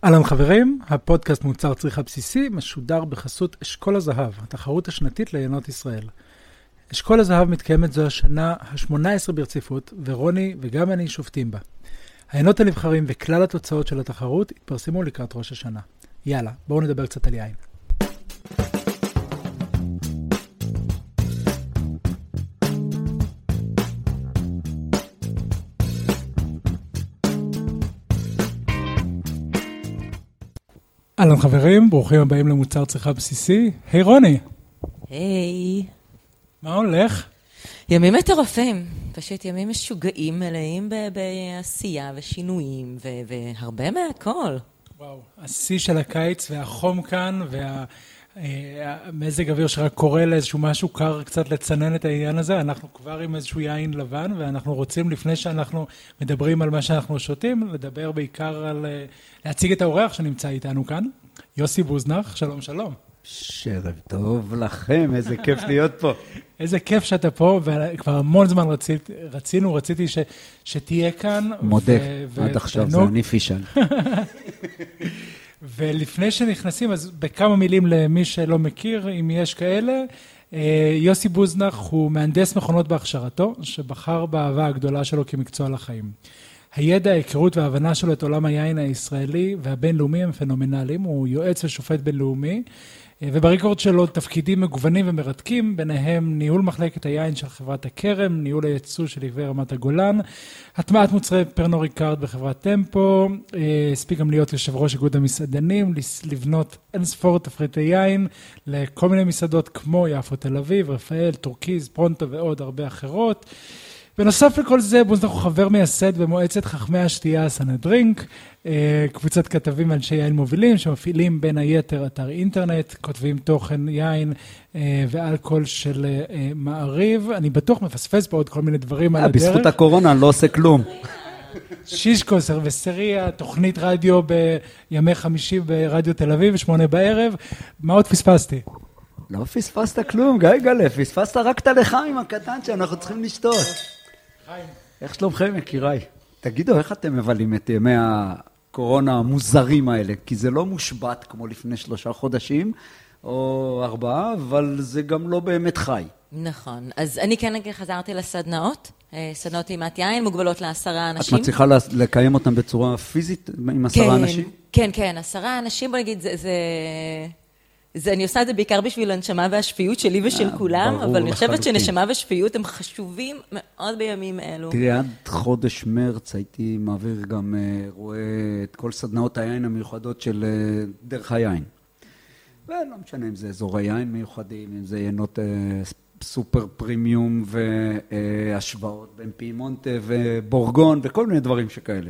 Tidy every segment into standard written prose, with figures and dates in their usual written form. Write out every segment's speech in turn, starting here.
אהלן חברים, הפודקאסט מוצר צריכה בסיסי משודר בחסות אשכול הזהב, התחרות השנתית ליינות ישראל. אשכול הזהב מתקיימת זו השנה ה-18 ברציפות, ורוני וגם אני שופטים בה. היינות הנבחרים וכלל התוצאות של התחרות התפרסמו לקראת ראש השנה. יאללה, בואו נדבר קצת על יין. אהלן חברים, ברוכים הבאים למוצר צריכה בסיסי. היי רוני. היי. מה הולך? ימים מטורפים, פשוט ימים משוגעים מלאים בעשייה ושינויים והרבה מהכל. וואו, השיא של הקיץ והחום כאן והמזג אוויר שרק קורא לאיזשהו משהו קר קצת לצנן את העניין הזה. אנחנו כבר עם איזשהו יין לבן ואנחנו רוצים לפני שאנחנו מדברים על מה שאנחנו שותים, לדבר בעיקר על להציג את האורח שנמצא איתנו כאן. יוסי בוזנח, שלום שלום. שרב טוב לכם, איזה כיף להיות פה. איזה כיף שאתה פה, וכבר המון זמן רציתי שתהיה כאן. מודה, עד עכשיו זה אני פישל. ולפני שנכנסים, אז בכמה מילים למי שלא מכיר, אם יש כאלה, יוסי בוזנח הוא מהנדס מכונות בהכשרתו, שבחר באהבה הגדולה שלו כמקצוע לחיים. הידע, ההיכרות וההבנה שלו את עולם היין הישראלי והבינלאומי הם פנומנליים, הוא יועץ ושופט בינלאומי, ובריקורד שלו תפקידים מגוונים ומרתקים, ביניהם ניהול מחלקת היין של חברת הכרם, ניהול הייצוא של עיוור רמת הגולן, הטמעת מוצרי פרנו ריקארד בחברת טמפו, הספיק גם להיות יושב ראש איגוד המסעדנים, לבנות אינספור תפריטי יין לכל מיני מסעדות כמו יפו תל אביב, רפאל, טורקיז, פרונטו ועוד הרבה אחרות. בנוסף לכל זה, בוזנח הוא חבר מייסד במועצת חכמי השתייה סנהדרינק, קבוצת כתבים אנשי יין מובילים שמפעילים בין היתר אתר אינטרנט, כותבים תוכן יין ואלכוהול של מעריב. אני בטוח מפספס פה עוד כל מיני דברים על הדרך. בזכות הקורונה אני לא עושה כלום. שישקו, סרבסריה, תוכנית רדיו בימי חמישי ברדיו תל אביב, 8 בערב. מה עוד פספסתי? לא פספסת כלום, גיא, פספסת רק את הלחיים הקטן שאנחנו צריכים לשתות. חיים. איך שלומכם, יקיריי? תגידו, איך אתם מבלים את ימי הקורונה המוזרים האלה? כי זה לא מושבת כמו לפני 3 חודשים או 4, אבל זה גם לא באמת חי. נכון, אז אני כן חזרתי לסדנאות, סדנאות טעימת יין, מוגבלות ל10 אנשים. את מצליחה לקיים אותם בצורה פיזית עם 10 אנשים? כן, 10 אנשים, בוא נגיד, אני עושה את זה בעיקר בשביל הנשמה והשפיות שלי ושל כולם, אבל אני חושבת שנשמה ושפיות הם חשובים מאוד בימים אלו. תראי, עד חודש מרץ הייתי מעביר גם, רואה את כל סדנאות היין המיוחדות של דרך היין. ולא משנה אם זה אזורי יין מיוחדים, אם זה יינות סופר פרימיום והשוואות בין פיימונטה ובורגון וכל מיני דברים שכאלה.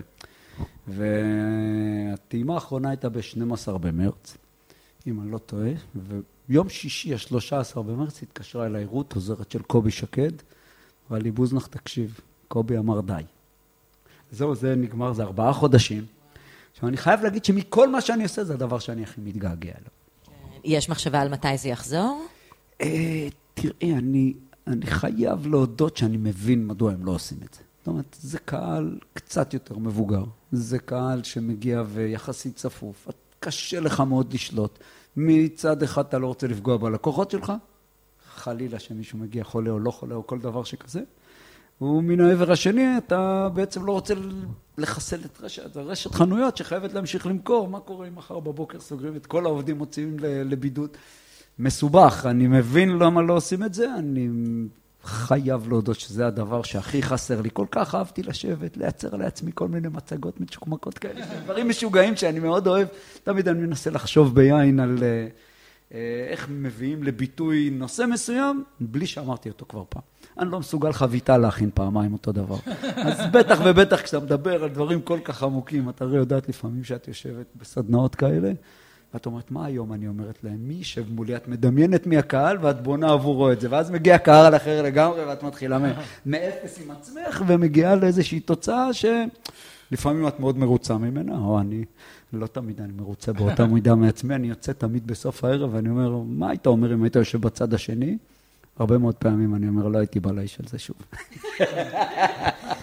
והטעימה האחרונה הייתה ב-12 במרץ. אם אני לא טועה, ויום שישי, ה-13 במרץ, התקשרה אליי רות, עוזרת של קובי שקד, אבל לי בוזנח תקשיב, קובי אמר די. זהו, זה נגמר, זה 4 חודשים. עכשיו, אני חייב להגיד שמכל מה שאני עושה, זה הדבר שאני הכי מתגעגע אליו. יש מחשבה על מתי זה יחזור? תראי, אני חייב להודות שאני מבין מדוע הם לא עושים את זה. זאת אומרת, זה קהל קצת יותר מבוגר, זה קהל שמגיע ויחסית צפוף, קשה לך מאוד לשלוט. מצד אחד אתה לא רוצה לפגוע בלקוחות שלך, חלילה שמישהו מגיע חולה או לא חולה או כל דבר שכזה, ומן העבר השני אתה בעצם לא רוצה לחסל את רשת חנויות שחייבת להמשיך למכור. מה קורה אם מחר בבוקר סוגרים את כל העובדים, מוציאים לבידוד? מסובך, אני מבין למה לא עושים את זה, אני חייב להודות שזה הדבר שהכי חסר לי. כל כך אהבתי לשבת, לייצר לעצמי כל מיני מצגות מצ'וקמקות כאלה, דברים משוגעים שאני מאוד אוהב. תמיד אני מנסה לחשוב ביין על איך מביאים לביטוי נושא מסוים, בלי שאמרתי אותו כבר פעם. אני לא מסוגל חביתה להכין פעמיים אותו דבר. אז בטח ובטח כשאתה מדבר על דברים כל כך עמוקים, אתה הרי יודעת לפעמים שאת יושבת בסדנאות כאלה, ואת אומרת, מה היום? אני אומרת להם, מי ישב מולי? את מדמיינת מהקהל ואת בונה עבורו את זה, ואז מגיע קהל אחר לגמרי, ואת מתחילה מאפס עם עצמך, ומגיעה לאיזושהי תוצאה שלפעמים את מאוד מרוצה ממנה, או אני לא תמיד אני מרוצה באותה מידה מעצמי, אני יוצא תמיד בסוף הערב, ואני אומר, מה היית אומר אם היית יושב בצד השני? הרבה מאוד פעמים אני אומר, לא הייתי בא לאיש על זה שוב. האמת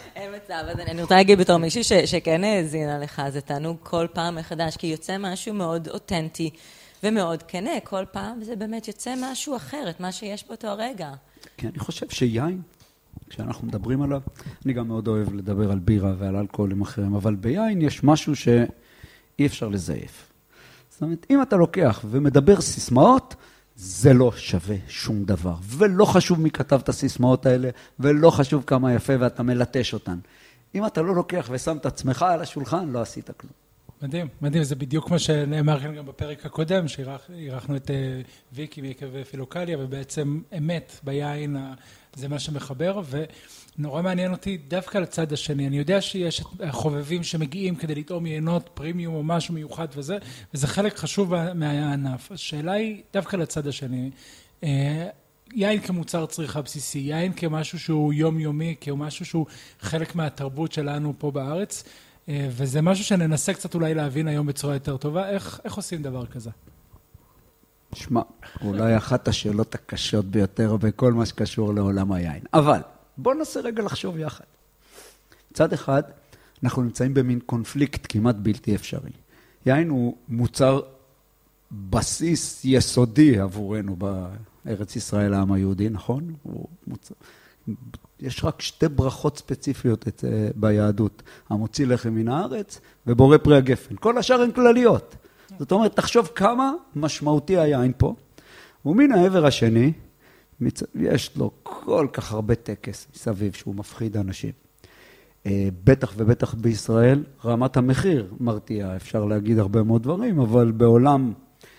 מצב, אז אני רוצה להגיד בתור מישהי שכן האזינה לך, זה תענוג כל פעם מחדש, כי יוצא משהו מאוד אותנטי ומאוד כנה, כל פעם, וזה באמת יוצא משהו אחר, את מה שיש באותו הרגע. כן, אני חושב שיין, כשאנחנו מדברים עליו, אני גם מאוד אוהב לדבר על בירה ועל אלכוהולים אחרים, אבל ביין יש משהו שאי אפשר לזייף. זאת אומרת, אם אתה לוקח ומדבר סיסמאות, זה לא שווה שום דבר, ולא חשוב מי כתב את הסיסמאות האלה, ולא חשוב כמה יפה ואתה מלטש אותן. אם אתה לא לוקח ושם את עצמך על השולחן, לא עשית כלום. מדהים, מדהים, זה בדיוק מה שנאמר כאן גם בפרק הקודם, שאירחנו את ויקי ויקב פילוקליה, ובעצם אמת ביין זה מה שמחבר, ונורא מעניין אותי דווקא לצד השני. אני יודע שיש חובבים שמגיעים כדי לטעום יינות פרימיום או משהו מיוחד וזה חלק חשוב מהענף. השאלה היא דווקא לצד השני, יין כמוצר צריכה בסיסי, יין כמשהו שהוא יומיומי, כמשהו שהוא חלק מהתרבות שלנו פה בארץ, וזה משהו שננסה קצת אולי להבין היום בצורה יותר טובה. איך עושים דבר כזה? שמע, אולי אחת השאלות הקשות ביותר בכל מה שקשור לעולם היין. אבל בואו ננסה רגע לחשוב יחד. מצד אחד, אנחנו נמצאים במין קונפליקט כמעט בלתי אפשרי. יין הוא מוצר בסיס יסודי עבורנו בארץ ישראל העם היהודי, נכון? הוא מוצר... יש רק שתי ברכות ספציפיות ביהדות, המוציא לחם מן הארץ ובורא פרי הגפן. כל השאר הן כלליות. זאת אומרת, תחשוב כמה משמעותי היין פה, ומן העבר השני, יש לו כל כך הרבה טקס מסביב שהוא מפחיד אנשים. בטח ובטח בישראל, רמת המחיר מרתיעה, אפשר להגיד הרבה מאוד דברים, אבל בעולם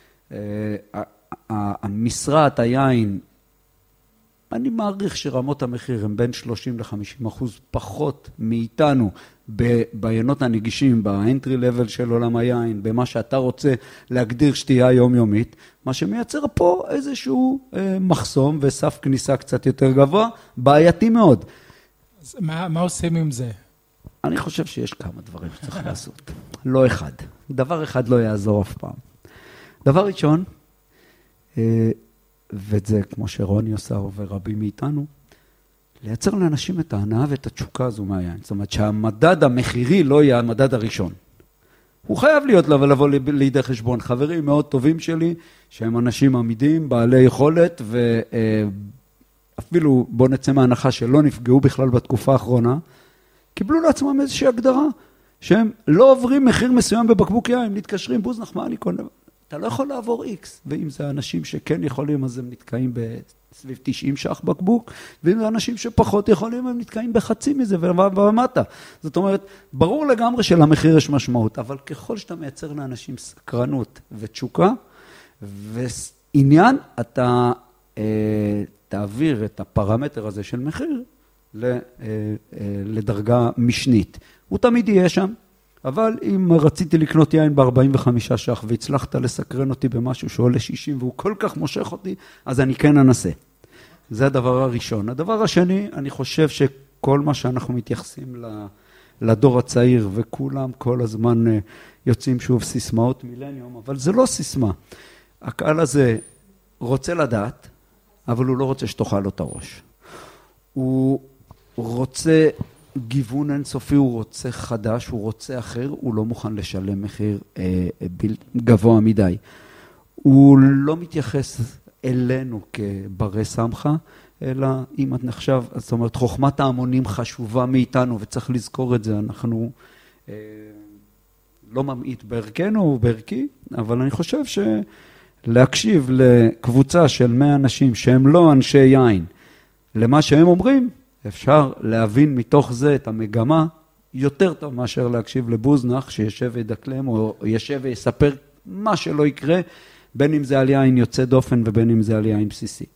המשרת היין, אני מעריך שרמות המחיר הם בין 30-50% פחות מאיתנו בעיינות הנגישים, באנטרי לבל של עולם היין, במה שאתה רוצה להגדיר שתייה יומיומית, מה שמייצר פה איזשהו מחסום וסף כניסה קצת יותר גבוה, בעייתי מאוד. אז מה עושים עם זה? אני חושב שיש כמה דברים שצריך לעשות. לא אחד. דבר אחד לא יעזור אף פעם. דבר ראשון, ואת זה כמו שרוני עושה ורבים מאיתנו, לייצר לאנשים את ההנאה ואת התשוקה הזו מהיין. זאת אומרת שהמדד המחירי לא יהיה המדד הראשון. הוא חייב להיות לבוא לידי חשבון. חברים מאוד טובים שלי, שהם אנשים עמידים, בעלי יכולת, ואפילו בוא נצא מההנחה שלא נפגעו בכלל בתקופה האחרונה, קיבלו לעצמם איזושהי הגדרה, שהם לא עוברים מחיר מסוים בבקבוק יין, מתקשרים, בוזנח, מה אני קונה? אתה לא יכול לעבור X, ואם זה אנשים שכן יכולים, אז הם נתקעים בסביב 90 שח בקבוק, ואם זה אנשים שפחות יכולים, הם נתקעים בחצי מזה ומטה. זאת אומרת, ברור לגמרי שלמחיר יש משמעות, אבל ככל שאתה מייצר לאנשים סקרנות ותשוקה, ועניין, אתה תעביר את הפרמטר הזה של מחיר לדרגה משנית. הוא תמיד יהיה שם. אבל אם רציתי לקנות יין ב-45 שח והצלחת לסקרן אותי במשהו שעולה 60 והוא כל כך מושך אותי, אז אני כן אנסה. זה הדבר הראשון. הדבר השני, אני חושב שכל מה שאנחנו מתייחסים לדור הצעיר, וכולם כל הזמן יוצאים שוב סיסמאות מילניום, אבל זה לא סיסמה. הקהל הזה רוצה לדעת, אבל הוא לא רוצה שתאכל לו את הראש. הוא רוצה גיוון אינסופי, הוא רוצה חדש, הוא רוצה אחר, הוא לא מוכן לשלם מחיר גבוה מדי. הוא לא מתייחס אלינו כברי סמכה, אלא אם את נחשב, זאת אומרת, חוכמת ההמונים חשובה מאיתנו, וצריך לזכור את זה, אנחנו לא ממעיט בערכנו או בערכי, אבל אני חושב שלהקשיב לקבוצה של 100 אנשים שהם לא אנשי יין, למה שהם אומרים, אפשר להבין מתוך זה את המגמה יותר טוב מאשר להקשיב לבוזנח שישב וידקלם או ישב ויספר מה שלא יקרה, בין אם זה על יין יוצא דופן ובין אם זה על יין בסיסי.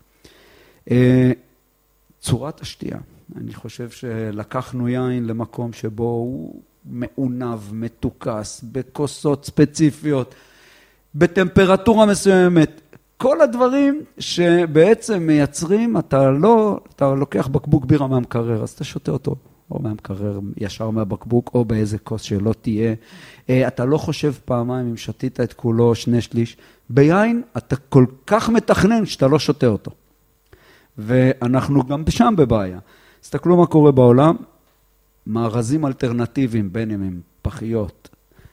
צורת השתייה. אני חושב שלקחנו יין למקום שבו הוא מעונב, מתוקס, בכוסות ספציפיות, בטמפרטורה מסוימת. כל הדברים שבעצם מייצרים, אתה לוקח בקבוק בירה מהמקרר, אז אתה שותה אותו, או מהמקרר ישר מהבקבוק, או באיזה כוס שלא תהיה. אתה לא חושב פעמיים אם שתית את כולו 2/3. ביין אתה כל כך מתכנן שאתה לא שותה אותו. ואנחנו גם שם בבעיה. תסתכלו מה קורה בעולם, מארזים אלטרנטיביים, בין הם פחיות,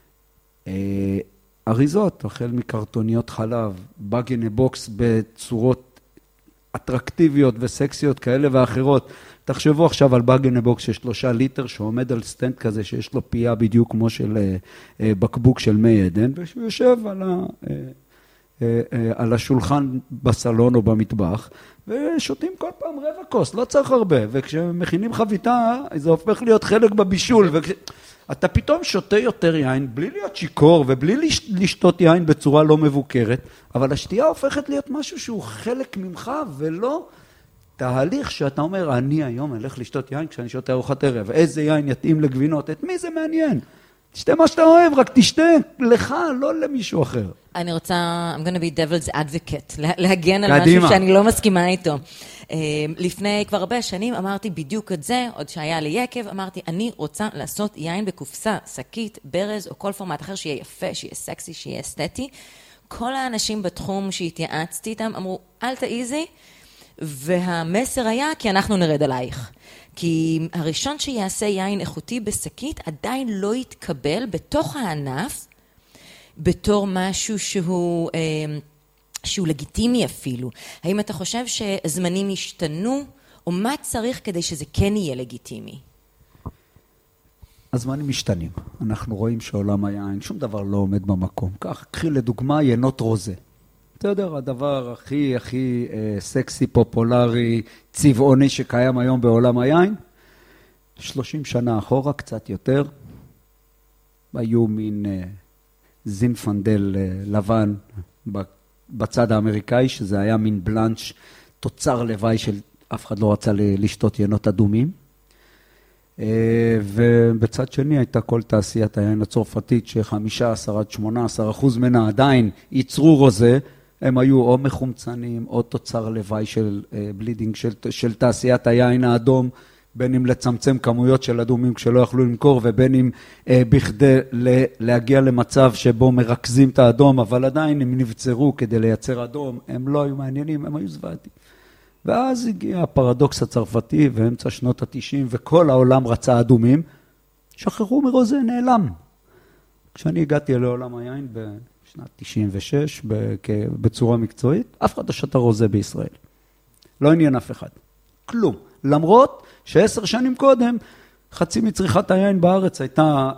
אריזות, החל מקרטוניות חלב, באג אין בוקס בצורות אטרקטיביות וסקסיות כאלה ואחרות. תחשבו עכשיו על באג אין בוקס של 3 ליטר שעומד על סטנד כזה שיש לו פייה בדיוק כמו של בקבוק של מי עדן, ושהוא יושב על השולחן בסלון או במטבח, ושותים כל פעם רבע כוס, לא צריך הרבה, וכשמכינים חביתה זה הופך להיות חלק בבישול, אתה פתאום שותה יותר יין, בלי להיות שיקור ובלי לשתות יין בצורה לא מבוקרת, אבל השתייה הופכת להיות משהו שהוא חלק ממך, ולא תהליך שאתה אומר, אני היום אלך לשתות יין כשאני שותה ארוחת ערב, איזה יין יתאים לגבינות, את מי זה מעניין? תשתה מה שאתה אוהב, רק תשתה לך, לא למישהו אחר. אני רוצה, I'm going to be devil's advocate, להגן על משהו שאני לא מסכימה איתו. לפני כבר הרבה שנים אמרתי בדיוק את זה, עוד שהיה לי יקב, אמרתי, אני רוצה לעשות יין בקופסה, שקית, ברז או כל פורמט אחר שיהיה יפה, שיהיה סקסי, שיהיה אסתטי. כל האנשים בתחום שהתייעצתי איתם אמרו, אל תעיזי, והמסר היה, כי אנחנו נרד עלייך. כי הראשון שיעשה יין איכותי בשקית עדיין לא יתקבל בתוך הענף, בתור משהו שהוא לגיטימי אפילו. האם אתה חושב שהזמנים השתנו, או מה צריך כדי שזה כן יהיה לגיטימי? הזמנים משתנים. אנחנו רואים שעולם היין, שום דבר לא עומד במקום. כך, קחי לדוגמה ינות רוזה. אתה יודע, הדבר הכי סקסי, פופולרי, צבעוני שקיים היום בעולם היין, 30 שנה אחורה, קצת יותר, היו מין זינפנדל לבן בצד האמריקאי, שזה היה מין בלנץ' תוצר לוואי של אף אחד לא רצה לשתות ינות אדומים. ובצד שני הייתה כל תעשיית היין הצרפתית, ש15-18% ממנה עדיין ייצרו רוזה, הם היו או מחומצנים או תוצר לוואי של בלידינג של תעשיית היין האדום, בין אם לצמצם כמויות של אדומים כשלא יכלו למכור, ובין אם בכדי להגיע למצב שבו מרכזים את האדום, אבל עדיין הם נבצרו כדי לייצר אדום, הם לא היו מעניינים, הם היו זוועתיים. ואז הגיע הפרדוקס הצרפתי באמצע שנות ה-90, וכל העולם רצה אדומים, שחררו מרוזה, נעלם. כשאני הגעתי לעולם היין בשנת 96, בצורה מקצועית, אף אחד לא שתה רוזה בישראל. לא עניין אף אחד. כלום. למרות ש10 שנים קודם, חצי מצריכת היין בארץ הייתה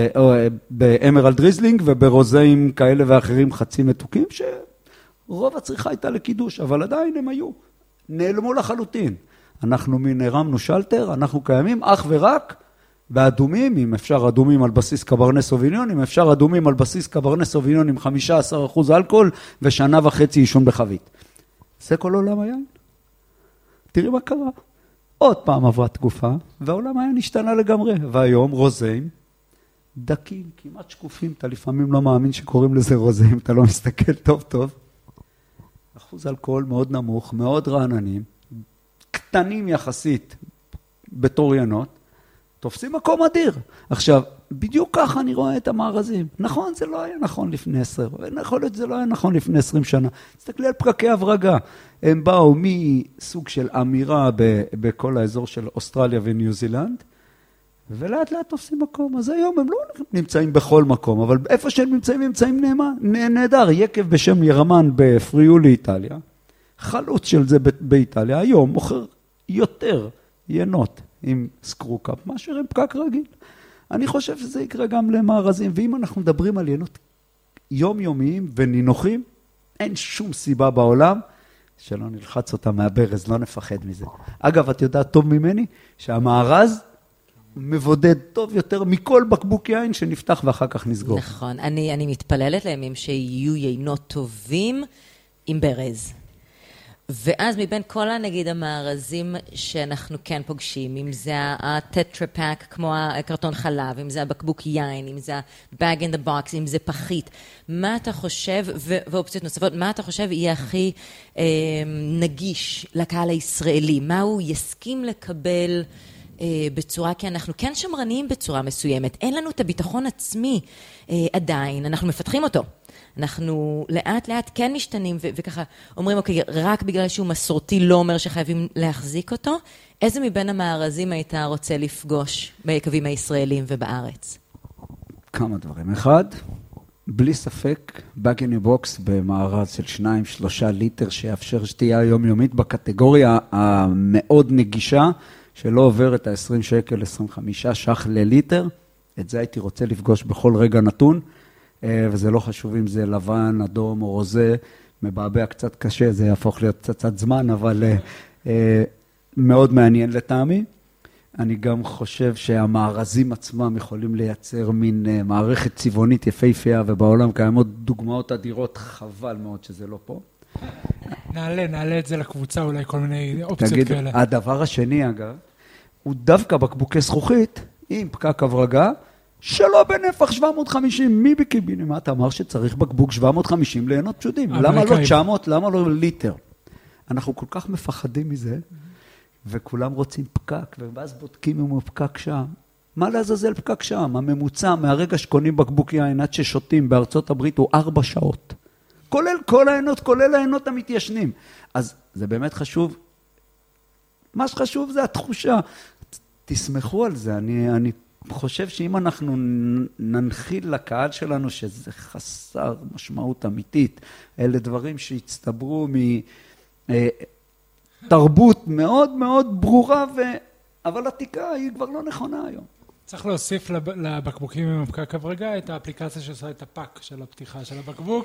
באמרלד ריזלינג, וברוזאים כאלה ואחרים חצי מתוקים, שרוב הצריכה הייתה לקידוש, אבל עדיין הם היו. נעלמו לחלוטין. אנחנו הרמנו שלטר, אנחנו קיימים אך ורק באדומים, אם אפשר אדומים על בסיס קברנה סוביניון, אם אפשר אדומים על בסיס קברנה סוביניון עם 15% אלכוהול ושנה וחצי עישון בחבית. זה כל עולם היין. תראי מה קרה. עוד פעם עברה תקופה, והעולם היין השתנה לגמרי. והיום רוזאים, דקים, כמעט שקופים, אתה לפעמים לא מאמין שקוראים לזה רוזאים, אתה לא מסתכל טוב טוב. אחוז אלכוהול מאוד נמוך, מאוד רעננים, קטנים יחסית בתור ינות, תופסים מקום אדיר. עכשיו, בדיוק ככה אני רואה את המארזים. נכון, זה לא היה נכון לפני 10, יכול להיות זה לא היה נכון לפני 20 שנה. תסתכלי על פרקי הברגה. הם באו מסוג של אמירה בכל האזור של אוסטרליה וניו זילנד, ולאט לאט תופסים מקום. אז היום הם לא נמצאים בכל מקום, אבל איפה שהם נמצאים נהדר. יקב בשם ירמן בפריולי איטליה, חלוץ של זה באיטליה, היום מוכר יותר ינות עם סקרוקאפ, מאשר עם פקק רגיל. אני חושב שזה יקרה גם למארזים, ואם אנחנו מדברים על ינות יומיומיים ונינוחים, אין שום סיבה בעולם שלא נלחץ אותה מהברז, לא נפחד מזה. אגב, את יודעת טוב ממני שהמארז מבודד טוב יותר מכל בקבוק יין שנפתח ואחר כך נסגור. נכון, אני מתפללת לימים שיהיו יינות טובים עם ברז. ואז מבין כל נגיד המארזים שאנחנו כן פוגשים, אם זה הטטרפק כמו הקרטון חלב, אם זה הבקבוק יין, אם זה ה-bag in the box, אם זה פחית, מה אתה חושב, ואופציות נוספות, מה אתה חושב יהיה הכי נגיש לקהל הישראלי? מה הוא יסכים לקבל בצורה, כי אנחנו כן שמרניים בצורה מסוימת. אין לנו את הביטחון עצמי עדיין, אנחנו מפתחים אותו. אנחנו לאט לאט כן משתנים וככה אומרים, אוקיי, רק בגלל שהוא מסורתי לא אומר שחייבים להחזיק אותו. איזה מבין המארזים היית רוצה לפגוש ביקבים הישראלים ובארץ? כמה דברים. אחד, בלי ספק, בגני בוקס במארז של 2-3 ליטר שיאפשר שתייה יומיומית בקטגוריה המאוד נגישה, שלא עובר את ה-20 שקל, 25 ש"ח לליטר. את זה הייתי רוצה לפגוש בכל רגע נתון, וזה לא חשוב אם זה לבן, אדום או רוזה, מבעבע קצת קשה, זה יהפוך להיות קצת זמן, אבל מאוד מעניין לטעמי. אני גם חושב שהמארזים עצמם יכולים לייצר מין מערכת צבעונית יפהפייה, ובעולם קיימות דוגמאות אדירות, חבל מאוד שזה לא פה. נעלה את זה לקבוצה, אולי כל מיני אופציות כאלה. הדבר השני, אגב, הוא דווקא בקבוקי זכוכית, עם פקק הברגה, שלא בנפח 750, מי בקיבינימט אמר שצריך בקבוק 750 ליהנות פשוטים? למה לא 900? למה לא ליטר? אנחנו כל כך מפחדים מזה, וכולם רוצים פקק, ואז בודקים אם הוא פקק שם. מה לעזאזל פקק שם? הממוצע מהרגע שקונים בקבוק יין עד ששותים בארצות הברית הוא 4 שעות. כולל כל העינות, כולל העינות המתיישנים. אז זה באמת חשוב. מה שחשוב זה התחושה. תסמכו על זה. אני חושב שאם אנחנו ננחיל לקהל שלנו שזה חסר משמעות אמיתית, אלה דברים שהצטברו מתרבות מאוד מאוד ברורה, אבל עתיקה היא כבר לא נכונה היום. צריך להוסיף לבקבוקים עם הפקק הברגה את האפליקציה שעושה את הפק של הפתיחה של הבקבוק.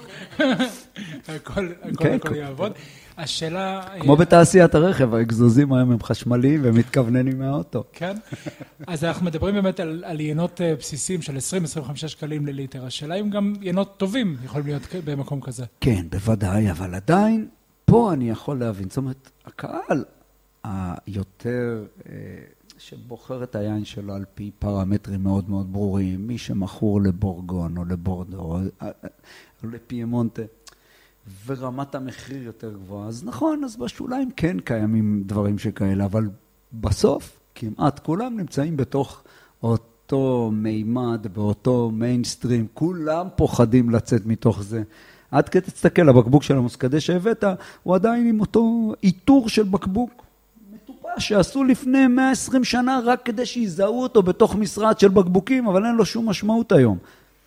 הכל יעבוד. השאלה... כמו בתעשיית הרכב, האגזוזים היום הם חשמליים ומתכווננים מהאוטו. כן. אז אנחנו מדברים באמת על יינות בסיסיים של 20-25 שקלים לליטר. השאלה אם גם יינות טובים יכולים להיות במקום כזה. כן, בוודאי, אבל עדיין פה אני יכול להבין. זאת אומרת, הקהל היותר... שבוחר את היין שלו על פי פרמטרים מאוד מאוד ברורים, מי שמכור לבורגון או לבורדו או לפיימונטה, ורמת המחיר יותר גבוהה, אז נכון, אז בשוליים כן קיימים דברים שכאלה, אבל בסוף כמעט כולם נמצאים בתוך אותו מימד, באותו מיינסטרים, כולם פוחדים לצאת מתוך זה. עד כדי תסתכל, הבקבוק של המוסקדה שהבאת, הוא עדיין עם אותו איתור של בקבוק, שעשו לפני 120 שנה רק כדי שיזהו אותו בתוך משרד של בקבוקים, אבל אין לו שום משמעות היום.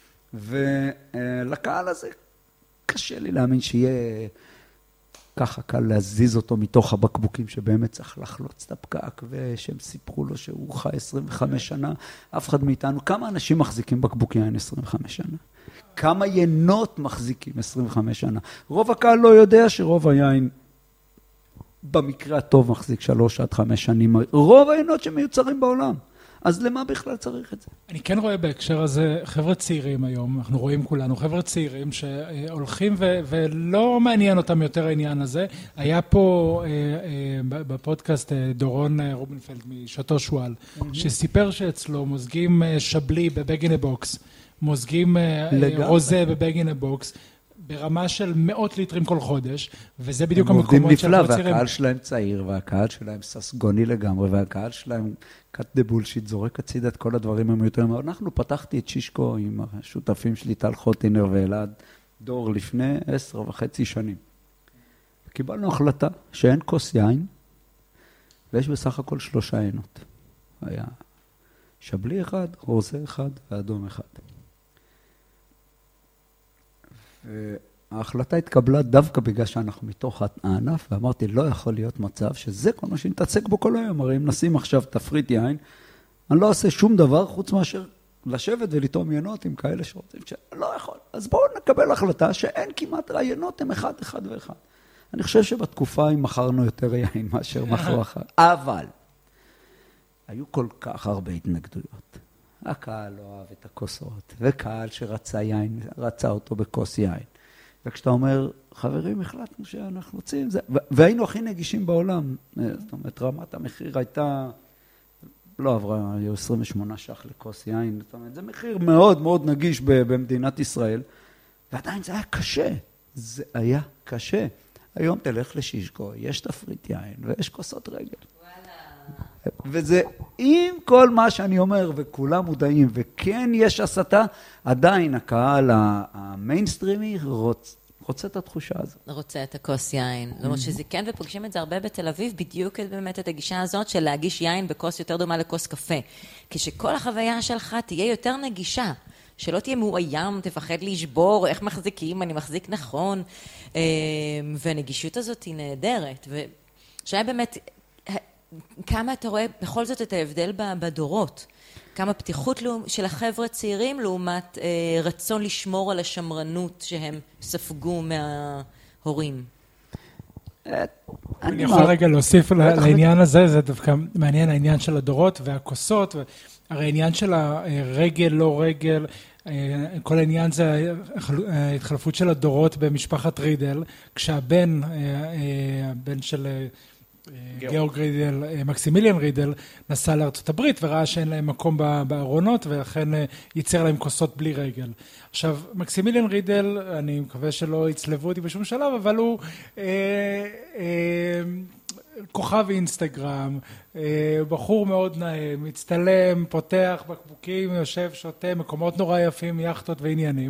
ולקהל הזה קשה לי להאמין שיהיה ככה קל להזיז אותו מתוך הבקבוקים שבאמת צריך לחלוץ את הפקק, ושהם סיפרו לו שהוא חי 25 שנה. אף אחד מאיתנו, כמה אנשים מחזיקים בקבוקים 25 שנה? כמה ינות מחזיקים 25 שנה? רוב הקהל לא יודע שרוב היין במקרה הטוב מחזיק 3-5 שנים, רוב העינות שמיוצרים בעולם. אז למה בכלל צריך את זה? אני כן רואה בהקשר הזה חבר'ה צעירים היום, אנחנו רואים כולנו, חבר'ה צעירים שהולכים ולא מעניין אותם יותר העניין הזה. היה פה בפודקאסט דורון רובינפלד משאטו שואל, שסיפר שאצלו מוזגים שבלי בבגינה בוקס, מוזגים רוזה בבגינה בוקס, ברמה של 100 ליטרים כל חודש, וזה בדיוק המקומות שאנחנו צעירים. והקהל שלהם צעיר, והקהל שלהם ססגוני לגמרי, והקהל שלהם קט דה בולשיט, זורק הצידה את כל הדברים המיותרים. אנחנו פתחתי את שישקו עם השותפים שלי, טל חוטינר ואלעד דור, לפני 10.5 שנים. קיבלנו החלטה שאין כוס יין, ויש בסך הכל 3 עינות. היה שבלי אחד, רוזה אחד ואדום אחד. ההחלטה התקבלה דווקא בגלל שאנחנו מתוך הענף, ואמרתי, לא יכול להיות מצב שזה כל מה שנתעסק בו כל היום. הרי אם נשים עכשיו תפריט יין, אני לא אעשה שום דבר חוץ מאשר לשבת ולטעום יינות עם כאלה שרוצים שלא יכול. אז בואו נקבל החלטה שאין כמעט רעיונות, הם אחד ואחד. אני חושב שבתקופה אם מכרנו יותר יין מאשר מכרו אחר. אבל היו כל כך הרבה התנגדויות. הקהל לא אוהב את הכוסות, וקהל שרצה יין, רצה אותו בכוס יין. וכשאתה אומר, חברים, החלטנו שאנחנו רוצים זה, והיינו הכי נגישים בעולם. זאת אומרת, רמת המחיר הייתה, לא עברה, היו 28 ש"ח לכוס יין. זאת אומרת, זה מחיר מאוד מאוד נגיש במדינת ישראל, ועדיין זה היה קשה. זה היה קשה. היום תלך לשישקו, יש תפריט יין, ויש כוסות רגל. וזה עם כל מה שאני אומר, וכולם מודעים, וכן יש הסתה, עדיין הקהל המיינסטרימי רוצה את התחושה הזאת. רוצה את הכוס יין. למרות שזה כן, ופוגשים את זה הרבה בתל אביב, בדיוק באמת את הגישה הזאת של להגיש יין בכוס יותר דומה לכוס קפה. כשכל החוויה שלך תהיה יותר נגישה. שלא תהיה מאוים, תפחד לשבור, איך מחזיקים, אני מחזיק נכון. והנגישות הזאת היא נהדרת. ושהיה באמת, כמה אתה רואה בכל זאת את ההבדל בדורות. כמה פתיחות של החבר'ה צעירים לעומת רצון לשמור על השמרנות שהם ספגו מההורים. אני יכול רגע להוסיף לעניין הזה, זה דווקא מעניין העניין של הדורות והכוסות, הרי העניין של הרגל, לא רגל, כל העניין זה ההתחלפות של הדורות במשפחת רידל, כשהבן של גאורג רידל, מקסימיליאן רידל, נסע לארצות הברית וראה שאין להם מקום בארונות, ולכן ייצר להם כוסות בלי רגל. עכשיו, מקסימיליאן רידל, אני מקווה שלא יצלבו אותי בשום שלב, אבל הוא כוכב אינסטגרם, בחור מאוד נאה, מצטלם, פותח בקבוקים, יושב, שותה, מקומות נורא יפים, יחטות ועניינים.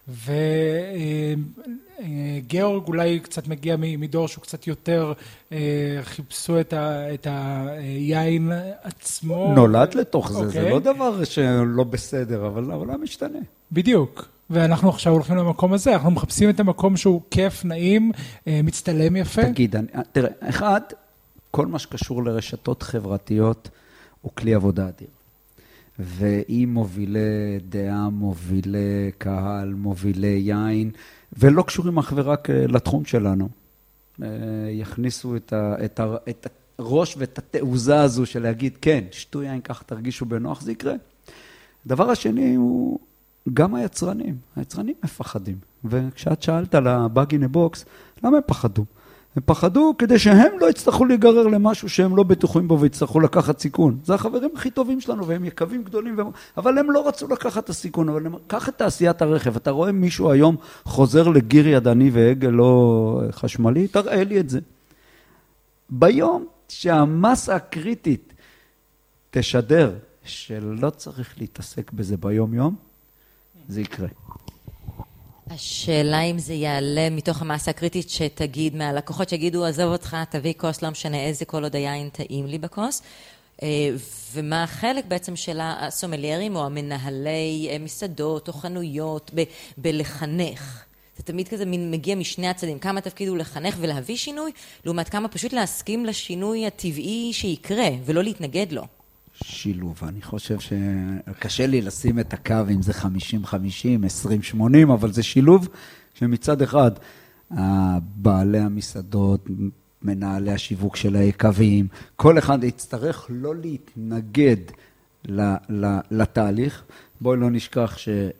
וגאורג אולי קצת מגיע מדור שהוא קצת יותר חיפשו את היין עצמו. נולד לתוך זה, זה לא דבר שלא בסדר, אבל העולם משתנה. בדיוק. ואנחנו עכשיו הולכים למקום הזה, אנחנו מחפשים את המקום שהוא כיף, נעים, מצטלם יפה. תגיד, תראה, אחד, כל מה שקשור לרשתות חברתיות הוא כלי עבודה אדיר. והיא מובילי דעה, מובילי קהל, מובילי יין, ולא קשורים אך ורק לתחום שלנו. יכניסו את הראש ואת התעוזה הזו של להגיד, כן, שתו יין, כך תרגישו בנוח, זה יקרה. הדבר השני הוא גם היצרנים מפחדים. וכשאת שאלת על ה-bug in a box, למה הם פחדו? הם פחדו כדי שהם לא יצטרכו להיגרר למשהו שהם לא בטוחים בו ויצטרכו לקחת סיכון. זה החברים הכי טובים שלנו והם יקבים גדולים, אבל הם לא רצו לקחת את הסיכון. אבל קח את תעשיית הרכב. אתה רואה מישהו היום חוזר לגיר ידני והגל לא חשמלי? תראה לי את זה. ביום שהמסה הקריטית תשדר שלא צריך להתעסק בזה ביום יום, זה יקרה. השאלה אם זה יעלה מתוך המסה הקריטית שתגיד מהלקוחות שיגידו, עזוב אותך, תביא כוס, לא משנה איזה, כל עוד היין טעים לי בכוס. ומה החלק בעצם של הסומליירים או המנהלי מסעדות או חנויות בלחנך? זה תמיד כזה מגיע משני הצדדים, כמה תפקיד הוא לחנך ולהביא שינוי, לעומת כמה פשוט להסכים לשינוי הטבעי שיקרה ולא להתנגד לו. שילוב, אני חושב שקשה לי לשים את הקו אם זה 50-50, 20-80, אבל זה שילוב שמצד אחד, בעלי המסעדות, מנהלי השיווק של היקבים, כל אחד יצטרך לא להתנגד לתהליך. בואי לא נשכח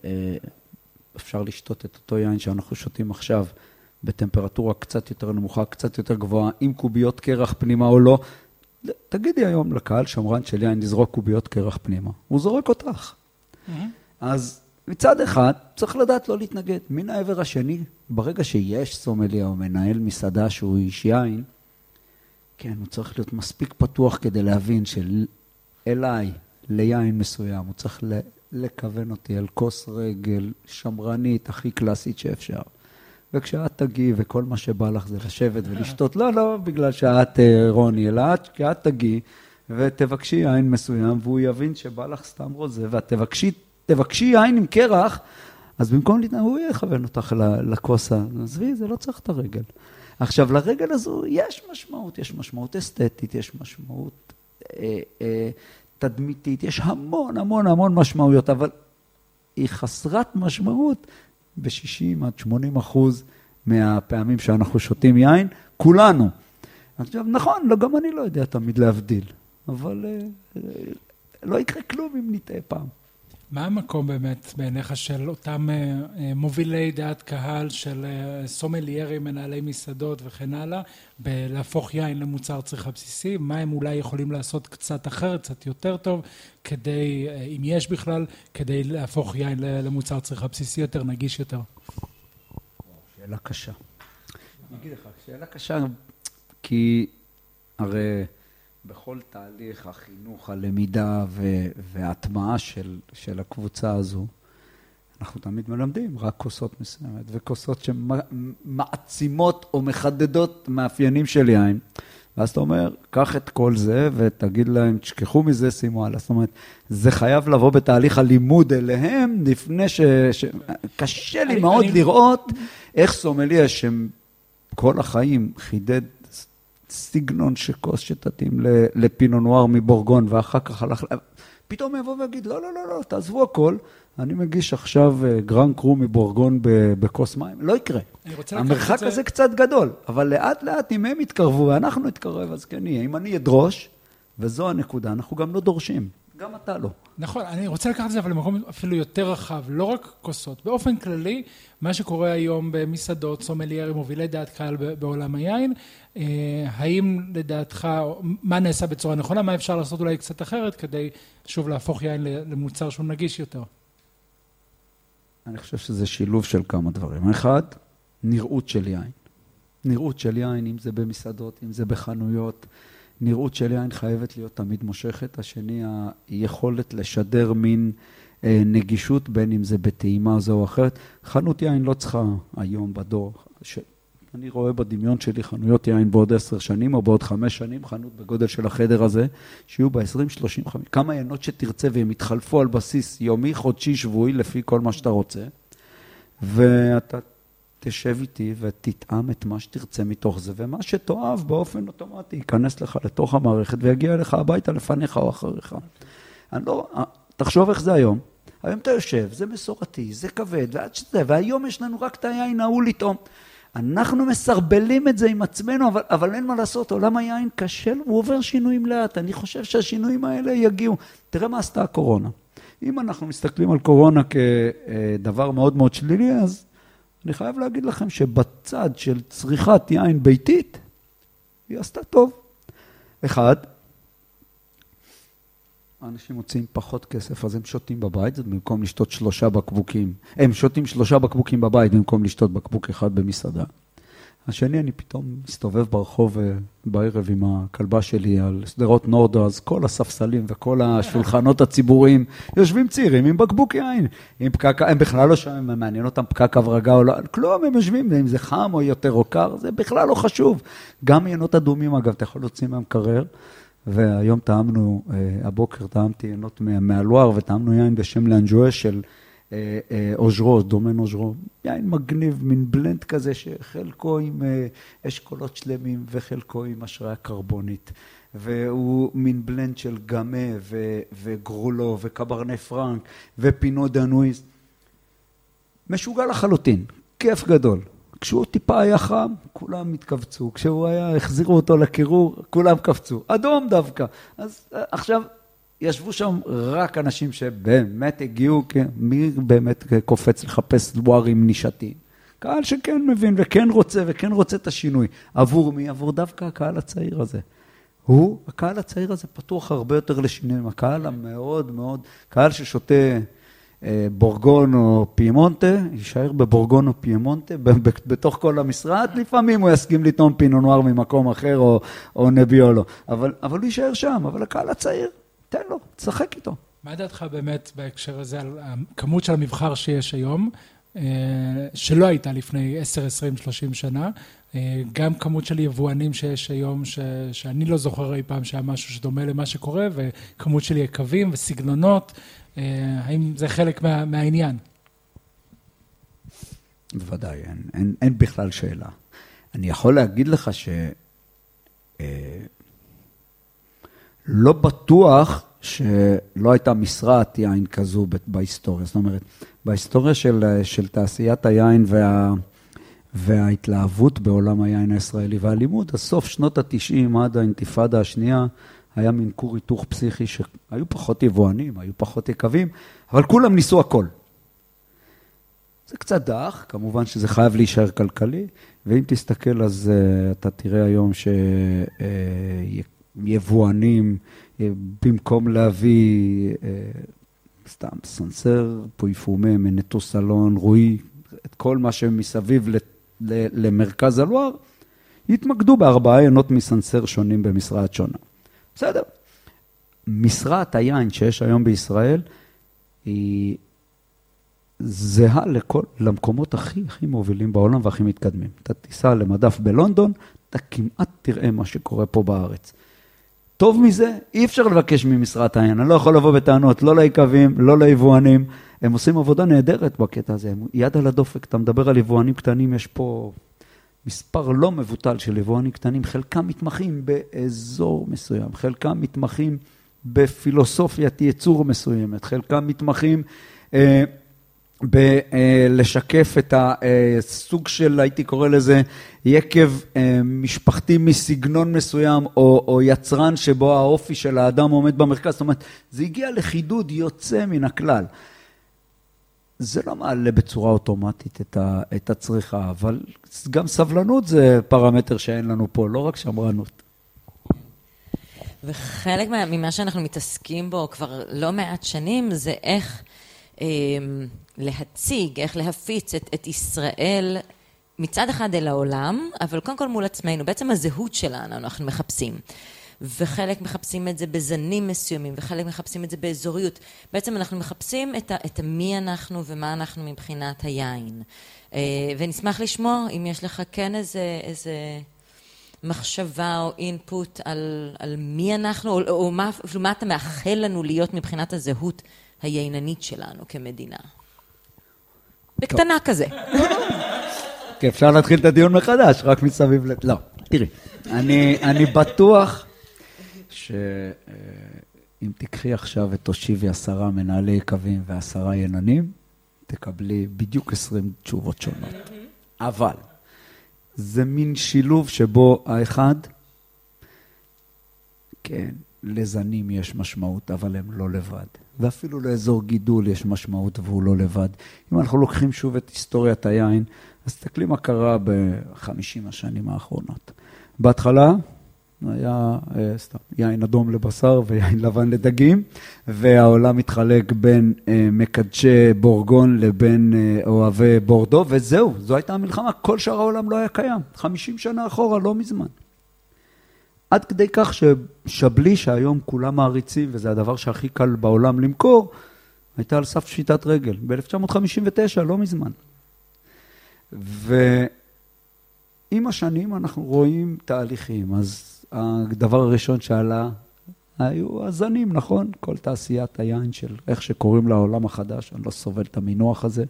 שאפשר לשתות את אותו יין שאנחנו שותים עכשיו, בטמפרטורה קצת יותר נמוכה, קצת יותר גבוהה, עם קוביות קרח פנימה או לא, תגידי היום לקהל שמרן שלי, אני נזרוק קוביות קרח פנימה. הוא זורק אותך. אז מצד אחד, צריך לדעת לא להתנגד. מן העבר השני, ברגע שיש סומליה או מנהל מסעדה שהוא איש יין, כן, הוא צריך להיות מספיק פתוח כדי להבין שאליי, ליין מסוים, הוא צריך לכוון אותי על כוס רגל שמרנית, הכי קלאסית שאפשר. וכשאת תגיעי וכל מה שבא לך זה לשבת ולשתות, לא בגלל שאת רוני, אלא את תגיעי ותבקשי יין מסוים, והוא יבין שבא לך סתם רוזה, ואת תבקשי יין עם קרח, אז במקום הוא יכוון אותך לכוס, עזבי, זה לא צריך את הרגל. עכשיו, לרגל הזו יש משמעות אסתטית, יש משמעות תדמיתית, יש המון משמעויות, אבל היא חסרת משמעות, ב-60-80% מהפעמים שאנחנו שותים יין, כולנו. עכשיו, נכון, גם אני לא יודע תמיד להבדיל, אבל לא יקרה כלום אם נטעה פעם. מה המקום באמת בעיניך של אותם מובילי דעת קהל, של סומליירים, מנהלי מסעדות וכן הלאה, בלהפוך יין למוצר צריכה בסיסי? מה הם אולי יכולים לעשות קצת אחרת, קצת יותר טוב, כדי, אם יש בכלל, כדי להפוך יין למוצר צריכה בסיסי יותר, נגיש יותר? שאלה קשה. אני אגיד לך, שאלה קשה, כי הרי בכל תהליך החינוך, הלמידה וההטמעה של הקבוצה הזו, אנחנו תמיד מלמדים רק כוסות מסוימת, וכוסות שמעצימות או מחדדות מאפיינים של יין. ואז אתה אומר, קח את כל זה ותגיד להם, תשכחו מזה, שימו הלאה. זאת אומרת, זה חייב לבוא בתהליך הלימוד אליהם, לפני קשה לי מאוד לראות איך סומליה שכל החיים חידד סגנון שכוס שתתאים לפינו נואר מבורגון, ואחר כך הלך, פתאום יבוא ויגיד, לא, לא, לא, לא, תעזבו הכל, אני מגיש עכשיו גרן קרו מבורגון בכוס מים, לא יקרה. המרחק הזה קצת גדול, אבל לאט לאט אם הם יתקרבו ואנחנו נתקרב, אז כן יהיה. אם אני אדרוש, וזו הנקודה, אנחנו גם לא דורשים, גם אתה לא. נכון, אני רוצה לקחת את זה אבל למקום אפילו יותר רחב, לא רק כוסות. באופן כללי, מה שקורה היום במסעדות, סומליירים, מובילי דעת קהל בעולם היין, האם לדעתך, מה נעשה בצורה נכונה, מה אפשר לעשות אולי קצת אחרת, כדי שוב להפוך יין למוצר שהוא נגיש יותר? אני חושב שזה שילוב של כמה דברים. אחד, נראות של יין. נראות של יין, אם זה במסעדות, אם זה בחנויות, נראות של יין חייבת להיות תמיד מושכת. השני, היכולת לשדר מין נגישות, בין אם זה בטעימה זו או אחרת. חנות יין לא צריכה היום בדור, אני רואה בדמיון שלי חנויות יין בעוד 10 שנים או בעוד 5 שנים, חנות בגודל של החדר הזה, שיהיו ב-20, 35, כמה ינות שתרצה והם יתחלפו על בסיס יומי, חודשי, שבועי, לפי כל מה שאתה רוצה. ואתה תשב איתי ותטעם את מה שתרצה מתוך זה, ומה שתאהב באופן אוטומטי ייכנס לך לתוך המערכת ויגיע לך הביתה לפניך או אחריך. אני לא, תחשוב איך זה היום. היום אתה יושב, זה מסורתי, זה כבד, ועד שזה, והיום יש לנו רק את היין ההוא לטעום. אנחנו מסרבלים את זה עם עצמנו, אבל אין מה לעשות, עולם היין קשה, הוא עובר שינויים לאט, אני חושב שהשינויים האלה יגיעו. תראה מה עשתה הקורונה. אם אנחנו מסתכלים על קורונה כדבר מאוד מאוד שלילי, אז אני חייב להגיד לכם שבצד של צריכת יין ביתית, היא עשתה טוב. אחד, האנשים מוצאים פחות כסף, אז הם שותים בבית, זה במקום לשתות 3 בקבוקים. הם שותים 3 בקבוקים בבית, במקום לשתות בקבוק אחד במסעדה. השני, אני פתאום מסתובב ברחוב בערב עם הכלבה שלי על סדרות נורדו, אז כל הספסלים וכל השולחנות הציבוריים יושבים צעירים עם בקבוק יין. הם בכלל לא שם, הם מעניין אותם פקק הברגה או לא, כלום, הם יושבים, אם זה חם או יותר או קר, זה בכלל לא חשוב. גם ינות אדומים, אגב, אתה יכול להוציא מהם קרר, והיום טעמנו, הבוקר טעמתי ינות מהלואר, וטעמנו יין בשם לאנג'ואה של אוז'רו, דומן אוז'רו, יין מגניב, מין בלנד כזה, שחלקו עם אשכולות שלמים, וחלקו עם השראה קרבונית, והוא מין בלנד של גמה, וגרולו, וקברנה פרנק, ופינו דנויז, משוגע לחלוטין, כיף גדול. כשהוא טיפה היה חם, כולם התכווצו. כשהוא היה, החזירו אותו לקירור, כולם קפצו. אדום דווקא. אז עכשיו, ישבו שם רק אנשים שבאמת הגיעו, מי באמת קופץ לחפש לוארים נישתיים. קהל שכן מבין וכן רוצה את השינוי. עבור מי? עבור דווקא הקהל הצעיר הזה. הקהל הצעיר הזה פתוח הרבה יותר לשינויים. הקהל המאוד מאוד, קהל ששותה בורגון או פיימונטה, יישאר בבורגון או פיימונטה, בתוך כל המשרד, לפעמים הוא יסכים לטעום פינו נואר ממקום אחר או נביולו, אבל הוא יישאר שם, אבל הקהל הצעיר, תן לו, תשחק איתו. מה דעתך באמת בהקשר הזה על הכמות של המבחר שיש היום, שלא הייתה לפני 10, 20, 30 שנה, גם כמות של יבואנים שיש היום, שאני לא זוכר אי פעם שהיה משהו שדומה למה שקורה, וכמות של יקבים וסגנונות, האם זה חלק מהעניין? בוודאי, אין בכלל שאלה. אני יכול להגיד לך לא בטוח שלא הייתה משרת יין כזו בהיסטוריה. זאת אומרת, בהיסטוריה של תעשיית היין וההתלהבות בעולם היין הישראלי והלימוד, הסוף שנות ה-90 עד האינתיפאדה השנייה, היה מין כור היתוך פסיכי שהיו פחות יבואנים, היו פחות יקבים, אבל כולם ניסו הכל. זה קצת דח, כמובן שזה חייב להישאר כלכלי, ואם תסתכל אז אתה תראה היום שיבואנים, במקום להביא סתם סנסר, פויפומה, מנטו סלון, רואי, את כל מה שמסביב למרכז הלואר, יתמקדו ב4 ינות מסנסר שונים במשרד שונה. בסדר. משרת היין שיש היום בישראל, היא זהה למקומות הכי מובילים בעולם והכי מתקדמים. אתה תיסע למדף בלונדון, אתה כמעט תראה מה שקורה פה בארץ. טוב מזה, אי אפשר לבקש ממשרת היין. אני לא יכול לבוא בטענות, לא לעיקבים, לא ליבואנים. הם עושים עבודה נהדרת בקטע הזה. יד על הדופק, אתה מדבר על יבואנים קטנים, יש פה מספר לא מבוטל של יבואנים קטנים. חלקם מתמחים באזור מסוים, חלקם מתמחים בפילוסופיית ייצור מסוימת, חלקם מתמחים בלשקף את הסוג של, הייתי קורא לזה, יקב משפחתי מסגנון מסוים, או יצרן שבו האופי של האדם עומד במרכז. זאת אומרת, זה הגיע לחידוד יוצא מן הכלל. זה לא מעלה בצורה אוטומטית את הצריכה, אבל גם סבלנות זה פרמטר שאין לנו פה, לא רק שמרנות. וחלק ממה שאנחנו מתעסקים בו כבר לא מעט שנים, זה איך להציג, איך להפיץ את ישראל מצד אחד אל העולם, אבל קודם כל מול עצמנו, בעצם הזהות שלנו אנחנו מחפשים. וחלק מחפשים את זה בזנים מסוימים, וחלק מחפשים את זה באזוריות. בעצם אנחנו מחפשים את מי אנחנו ומה אנחנו מבחינת היין. ונשמח לשמוע אם יש לך כן איזה מחשבה או אינפוט על מי אנחנו, או מה אתה מאחל לנו להיות מבחינת הזהות הייננית שלנו כמדינה. בקטנה כזה. כי אפשר להתחיל את הדיון מחדש, רק מסביב לא, תראי, אני בטוח שאם תקחי עכשיו ותושיבי 10 מנהלי יקבים ו10 יננים, תקבלי בדיוק 20 תשובות שונות. אבל זה מין שילוב שבו האחד, כן, לזנים יש משמעות, אבל הם לא לבד. ואפילו לאזור גידול יש משמעות והוא לא לבד. אם אנחנו לוקחים שוב את היסטוריית היין, אז תסתכלי מה קרה ב50 השנים האחרונות. בהתחלה היה יין אדום לבשר ויין לבן לדגים, והעולם מתחלק בין מקדשי בורגון לבין אוהבי בורדו, וזהו, זו הייתה המלחמה. כל שאר העולם לא היה קיים. 50 שנה אחורה, לא מזמן. עד כדי כך ששבלי, שהיום כולם מעריצים, וזה הדבר שהכי קל בעולם למכור, הייתה על סף שביתת רגל. ב-1959, לא מזמן. ועם השנים אנחנו רואים תהליכים. אז הדבר הראשון שעלה היו הזנים, נכון? כל תעשיית היין של איך שקוראים לעולם החדש, אני לא סובל את המינוח הזה,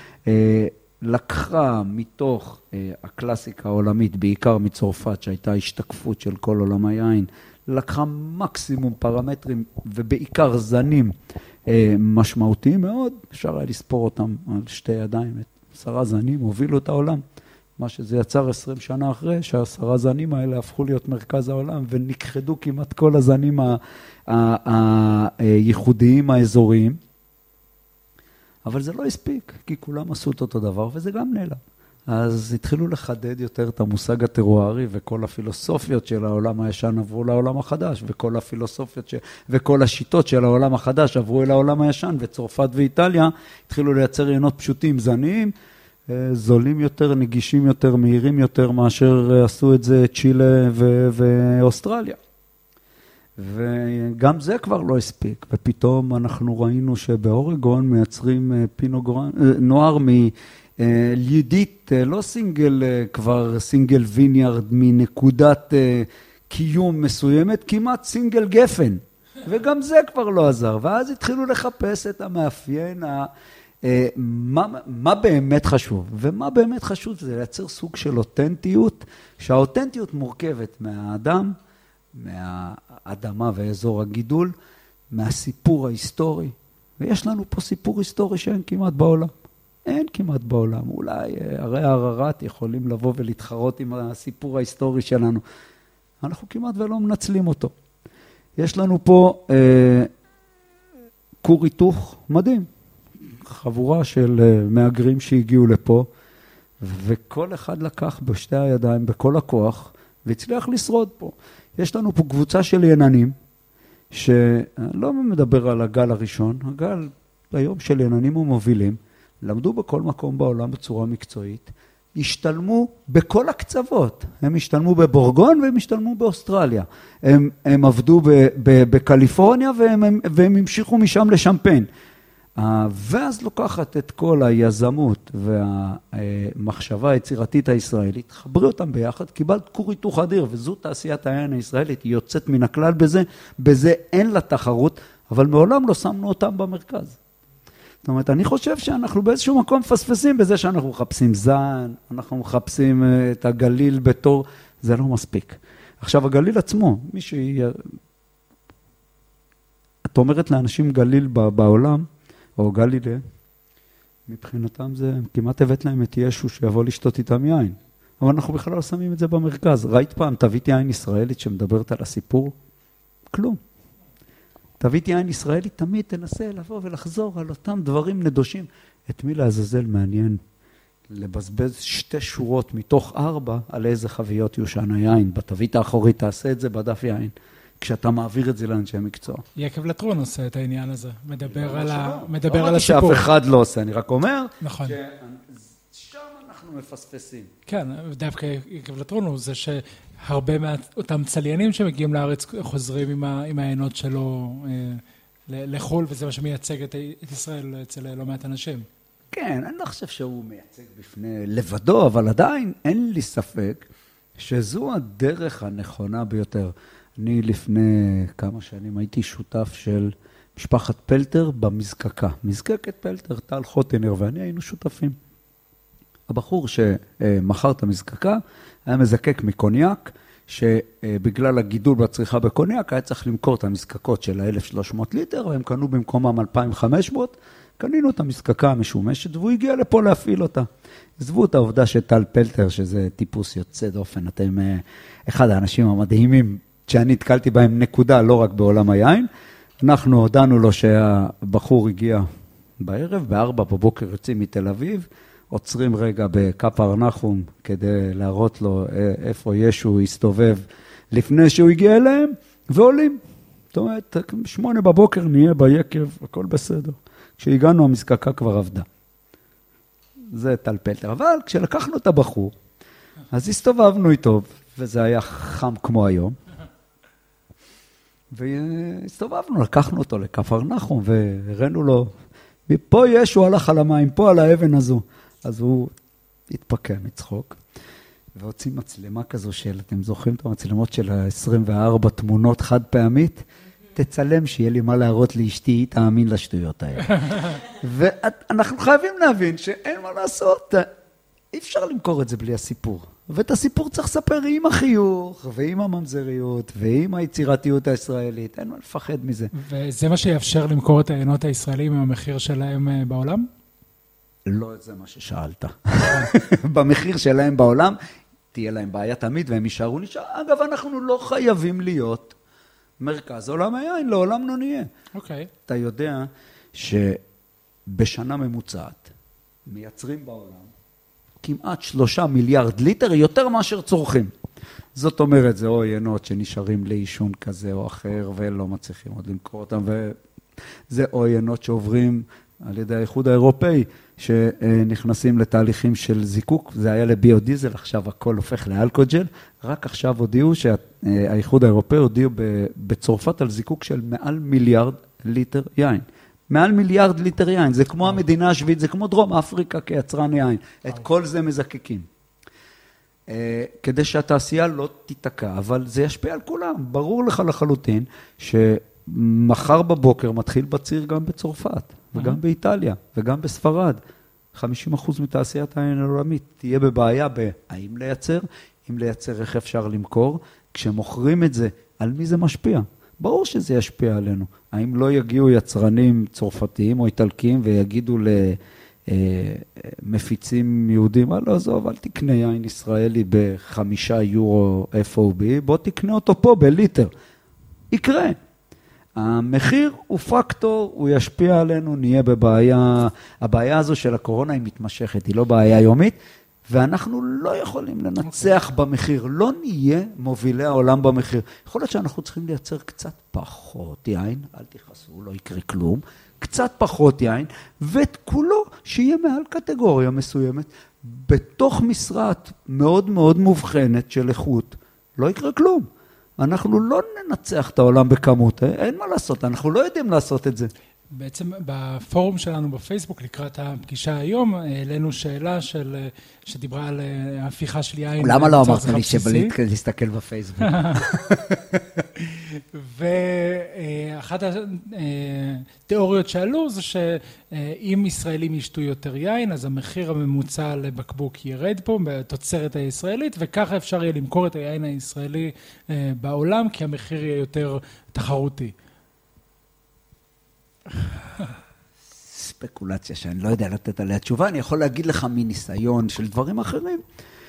לקחה מתוך הקלאסיקה העולמית, בעיקר מצרפת, שהייתה השתקפות של כל עולם היין, לקחה מקסימום פרמטרים ובעיקר זנים משמעותיים מאוד, אפשר היה לספור אותם על 2 ידיים, 10 זנים הובילו את העולם, מה שזה יצר 20 שנה אחרי, ש10 זנים האלה הפכו להיות מרכז העולם, ונכחדו כמעט כל הזנים הייחודיים האזוריים, אבל זה לא הספיק, כי כולם עשו את אותו דבר, וזה גם נעלם. אז התחילו לחדד יותר את המושג הטרוארי, וכל הפילוסופיות של העולם הישן עברו לעולם החדש, וכל הפילוסופיות וכל השיטות של העולם החדש עברו אל העולם הישן, וצרפת ואיטליה התחילו לייצר יינות פשוטים זניים, זולים יותר, נגישים יותר, מהירים יותר, מאשר עשו את זה צ'ילה ואוסטרליה. וגם זה כבר לא הספיק, ופתאום אנחנו ראינו שבאורגון מייצרים פינו נוער מלידית, לא סינגל, כבר סינגל ויניארד מנקודת קיום מסוימת, כמעט סינגל גפן, וגם זה כבר לא עזר, ואז התחילו לחפש את המאפיין, מה באמת חשוב, ומה באמת חשוב זה לייצר סוג של אותנטיות, שהאותנטיות מורכבת מהאדם, מהאדמה ואזור הגידול, מהסיפור ההיסטורי. ויש לנו פה סיפור היסטורי שאין כמעט בעולם. אין כמעט בעולם. אולי הרי הררת יכולים לבוא ולהתחרות עם הסיפור ההיסטורי שלנו. אנחנו כמעט ולא מנצלים אותו. יש לנו פה כור היתוך מדהים. חבורה של מהגרים שהגיעו לפה, וכל אחד לקח בשתי הידיים, בכל הכוח, והצליח לשרוד פה. יש לנו פה קבוצה של יננים, שלא מדבר על הגל הראשון, הגל היום של יננים ומובילים, למדו בכל מקום בעולם בצורה מקצועית, השתלמו בכל הקצוות. הם השתלמו בבורגון והם השתלמו באוסטרליה. הם עבדו בקליפורניה והם המשיכו משם לשמפיין. ואז לוקחת את כל היזמות והמחשבה היצירתית הישראלית, חברי אותם ביחד, קיבלת כור היתוך אדיר, וזו תעשיית היין הישראלית, היא יוצאת מן הכלל בזה אין לה תחרות, אבל מעולם לא שמנו אותם במרכז. זאת אומרת, אני חושב שאנחנו באיזשהו מקום מפספסים בזה שאנחנו מחפשים זן, אנחנו מחפשים את הגליל בתור, זה לא מספיק. עכשיו, הגליל עצמו, את אומרת לאנשים גליל בעולם, או גלילה, מבחינתם זה, כמעט הבאת להם את ישו שיבוא לשתות איתם יין. אבל אנחנו בכלל לא שמים את זה במרכז. ראית פעם תווית יין ישראלית שמדברת על הסיפור? כלום. תווית יין ישראלית תמיד תנסה לבוא ולחזור על אותם דברים נדושים. את מי לעזאזל מעניין לבזבז 2 שורות מתוך 4 על איזה חביות יושן היין. בתווית האחורית תעשה את זה בדף יין. כשאתה מעביר את זה לאנשי מקצוע. יקב לטרון עושה את העניין הזה, מדבר על הסיפור. לא שאף אחד לא עושה, אני רק אומר, נכון. ששם אנחנו מפספסים. כן, דווקא יקב לטרון הוא זה שהרבה מאותם צליינים שמגיעים לארץ חוזרים עם העיינות שלו לחול, וזה מה שמייצג את ישראל אצל לא מעט אנשים. כן, אני לא חושב שהוא מייצג בפני לבדו, אבל עדיין אין לי ספק שזו הדרך הנכונה ביותר. אני לפני כמה שנים הייתי שותף של משפחת פלטר במזקקה. מזקקת פלטר, טל חוטנר ואני היינו שותפים. הבחור שמכר את המזקקה היה מזקק מקוניאק, שבגלל הגידול בצריכה בקוניאק היה צריך למכור את המזקקות של 1,300 ליטר, והם קנו במקומם 2,500, קנינו את המזקקה המשומשת, והוא הגיע לפה להפעיל אותה. עזבו את העובדה שטל פלטר, שזה טיפוס יוצא דופן, אתם אחד האנשים המדהימים, שאני התקלתי בהם נקודה, לא רק בעולם היין. אנחנו הודענו לו שהבחור הגיע בערב, ב-4 בבוקר יוצאים מתל אביב, עוצרים רגע בקפר נחום כדי להראות לו איפה ישו הסתובב לפני שהוא הגיע אליהם, ועולים. זאת אומרת, 8 בבוקר נהיה ביקב, הכל בסדר. כשהגענו המזקקה כבר עבדה. זה טל פלטר. אבל כשלקחנו את הבחור, אז הסתובבנו איתו, וזה היה חם כמו היום, והסתובבנו, לקחנו אותו לכפר נחום, והראינו לו, פה ישו הלך על המים, פה על האבן הזו. אז הוא התפקע מצחוק, והוציא מצלמה כזו של, אתם זוכרים את המצלמות של 24 תמונות חד פעמית? תצלם שיהיה לי מה להראות לאשתי, תאמין לשטויות האלה. ואנחנו חייבים להבין שאין מה לעשות, אי אפשר למכור את זה בלי הסיפור. ואת הסיפור צריך לספר עם החיוך, ועם הממזריות, ועם היצירתיות הישראלית. אין מה לפחד מזה. וזה מה שיאפשר למכור את העיינות הישראלים עם המחיר שלהם בעולם? לא, זה מה ששאלת. במחיר שלהם בעולם, תהיה להם בעיה תמיד, והם יישארו נשאר. אגב, אנחנו לא חייבים להיות מרכז עולם היין, לעולם לא נהיה. אוקיי. אתה יודע שבשנה ממוצעת מייצרים בעולם כמעט 3 מיליארד ליטר, יותר מאשר צורכים. זאת אומרת, זה או עיינות שנשארים לאישון כזה או אחר, ולא מצליחים עוד למכור אותם, וזה או עיינות שעוברים על ידי האיחוד האירופאי, שנכנסים לתהליכים של זיקוק, זה היה לביודיזל, עכשיו הכל הופך לאלכוג'ל, רק עכשיו הודיעו שהאיחוד האירופאי הודיעו בצרפת על זיקוק של מעל מיליארד ליטר יין. מעל מיליארד ליטר יין, זה כמו המדינה השביעית, זה כמו דרום אפריקה כיצרן יין. את כל זה מזקקים. כדי שהתעשייה לא תתקע, אבל זה ישפיע על כולם. ברור לך לחלוטין שמחר בבוקר מתחיל בציר גם בצרפת, וגם באיטליה, וגם בספרד. 50% מתעשיית היין העולמית תהיה בבעיה האם לייצר, אם לייצר איך אפשר למכור. כשמוכרים את זה, על מי זה משפיע? ברור שזה ישפיע עלינו. האם לא יגיעו יצרנים צרפתיים או איטלקיים ויגידו למפיצים יהודים, לא עזוב, אל תקנה יין ישראלי ב5 יורו FOB, בוא תקנה אותו פה בליטר. יקרה. המחיר הוא פקטור, הוא ישפיע עלינו, נהיה בבעיה. הבעיה הזו של הקורונה היא מתמשכת, היא לא בעיה יומית, ואנחנו לא יכולים לנצח במחיר, לא נהיה מובילי העולם במחיר. יכול להיות שאנחנו צריכים לייצר קצת פחות יין, אל תכעסו, לא יקרה כלום, קצת פחות יין, ואת כולו שיהיה מעל קטגוריה מסוימת, בתוך משרת מאוד מאוד מובחנת של איכות, לא יקרה כלום. אנחנו לא ננצח את העולם בכמות, אין מה לעשות, אנחנו לא יודעים לעשות את זה. בעצם בפורום שלנו בפייסבוק, לקראת הפגישה היום, העלינו שאלה שדיברה על ההפיכה של יין. למה לא אמרת לי שבלי להסתכל בפייסבוק? ואחת התיאוריות שעלו זה שאם ישראלים ישתו יותר יין, אז המחיר הממוצע לבקבוק ירד פה בתוצרת הישראלית, וככה אפשר יהיה למכור את היין הישראלי בעולם, כי המחיר יהיה יותר תחרותי. ספקולציה שאני לא יודע לתת עליה תשובה, אני יכול להגיד לך מניסיון של דברים אחרים.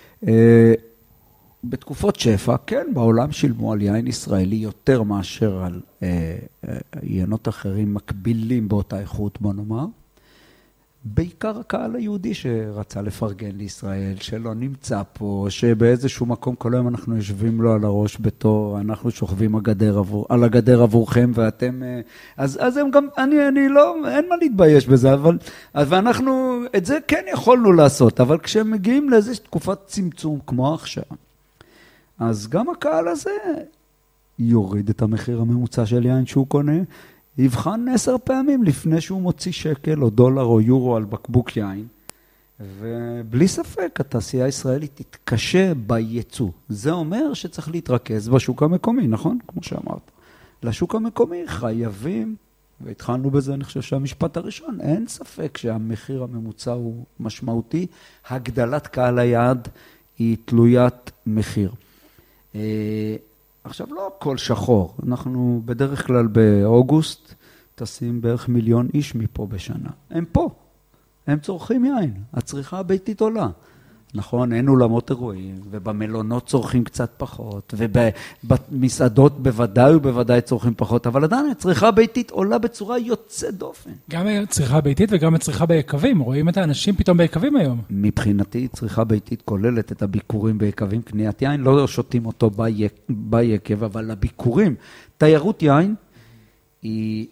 בתקופות שפע, כן, בעולם שילמו על יין ישראלי יותר מאשר על יינות אחרים מקבילים באותה איכות, בוא נאמר. בעיקר הקהל היהודי שרצה לפרגן לישראל, שלא נמצא פה, שבאיזשהו מקום כל היום אנחנו יושבים לו על הראש בתור, אנחנו שוכבים על הגדר עבורכם, ואתם, אז הם גם, אני לא, אין מה להתבייש בזה, אבל, ואנחנו, את זה כן יכולנו לעשות, אבל כשהם מגיעים לאיזושהי תקופת צמצום, כמו עכשיו, אז גם הקהל הזה יוריד את המחיר הממוצע של יין שהוא קונה, יבחן 10 פעמים לפני שהוא מוציא שקל או דולר או יורו על בקבוק יין, ובלי ספק התעשייה הישראלית תתקשה בייצוא. זה אומר שצריך להתרכז בשוק המקומי, נכון? כמו שאמרת. לשוק המקומי חייבים, והתחלנו בזה, אני חושב שהמשפט הראשון, אין ספק שהמחיר הממוצע הוא משמעותי, הגדלת קהל היעד היא תלוית מחיר. עכשיו, לא הכל שחור. אנחנו בדרך כלל באוגוסט טסים בערך 1,000,000 איש מפה בשנה. הם פה. הם צורכים יין. הצריכה הביתית עולה. נכון, אין אולמות אירועים, ובמלונות צורכים קצת פחות, ובמסעדות בוודאי ובוודאי צורכים פחות, אבל עדיין הצריכה הביתית עולה בצורה יוצאת דופן. גם הצריכה הביתית וגם הצריכה ביקבים, רואים את האנשים פתאום ביקבים היום. מבחינתי, צריכה ביתית כוללת את הביקורים ביקבים, קניית יין, לא שותים אותו ביקב, אבל הביקורים, תיירות יין, היא,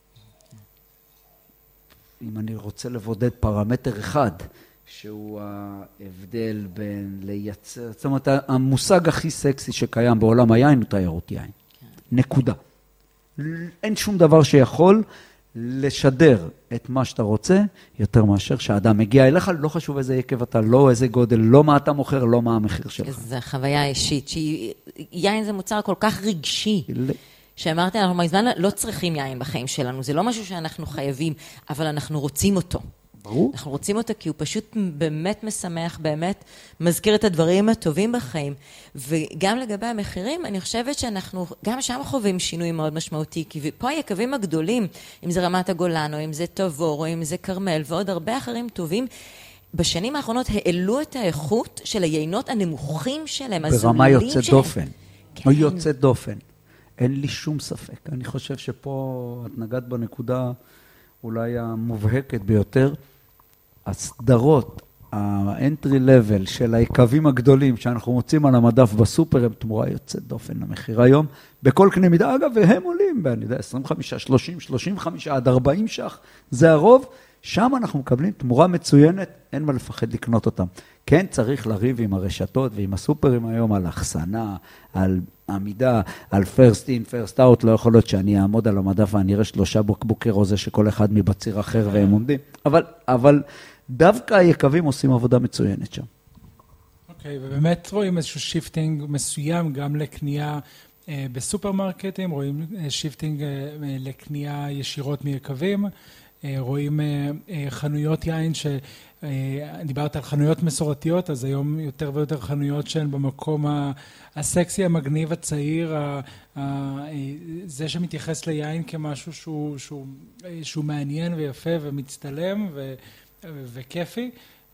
אם אני רוצה לבודד פרמטר אחד, שהוא ההבדל בין לייצר, זאת אומרת, המושג הכי סקסי שקיים בעולם היין הוא תיירות יין. נקודה. אין שום דבר שיכול לשדר את מה שאתה רוצה, יותר מאשר שהאדם מגיע אליך, לא חשוב איזה יקב אתה, לא איזה גודל, לא מה אתה מוכר, לא מה המחיר שלך. זו חוויה אישית, שיין זה מוצר כל כך רגשי. שאמרתי, אנחנו מזמן לא צריכים יין בחיים שלנו, זה לא משהו שאנחנו חייבים, אבל אנחנו רוצים אותו. ברור. אנחנו רוצים אותו כי הוא פשוט באמת משמח, באמת מזכיר את הדברים הטובים בחיים. וגם לגבי המחירים, אני חושבת שאנחנו גם שם חווים שינוי מאוד משמעותי, כי פה היקבים הגדולים, אם זה רמת הגולן, או אם זה תבור, או אם זה קרמל, ועוד הרבה אחרים טובים, בשנים האחרונות העלו את האיכות של היינות הנמוכים שלהם, ברמה יוצאת דופן. כן. או יוצאת דופן. אין לי שום ספק. אני חושב שפה את נגעת בנקודה אולי המובהקת ביותר. הסדרות, האנטרי לבל של היקבים הגדולים שאנחנו מוצאים על המדף בסופר, הם תמורה יוצאת דופן למחיר היום, בכל קנה מידה, אגב, והם עולים, אני יודע, 25, 30, 35 עד 40 שח, זה הרוב, שם אנחנו מקבלים תמורה מצוינת, אין מה לפחד לקנות אותם. כן, צריך לריב עם הרשתות ועם הסופרים היום על החסנה, על עמידה, על first in, first out, לא יכול להיות שאני אעמוד על המדף ואני אראה 3 בקבוקי רוזה שכל אחד מבציר אחר והם עומדים, אבל דווקא היקבים עושים עבודה מצוינת שם. אוקיי, ובאמת רואים איזשהו שיפטינג מסוים גם לקנייה בסופרמרקטים, רואים שיפטינג לקנייה ישירות מיקבים, רואים חנויות יין דיברת על חנויות מסורתיות, אז היום יותר ויותר חנויות שהן במקום הסקסי, המגניב, הצעיר, זה שמתייחס ליין כמשהו שהוא מעניין ויפה ומצטלם וכיפי.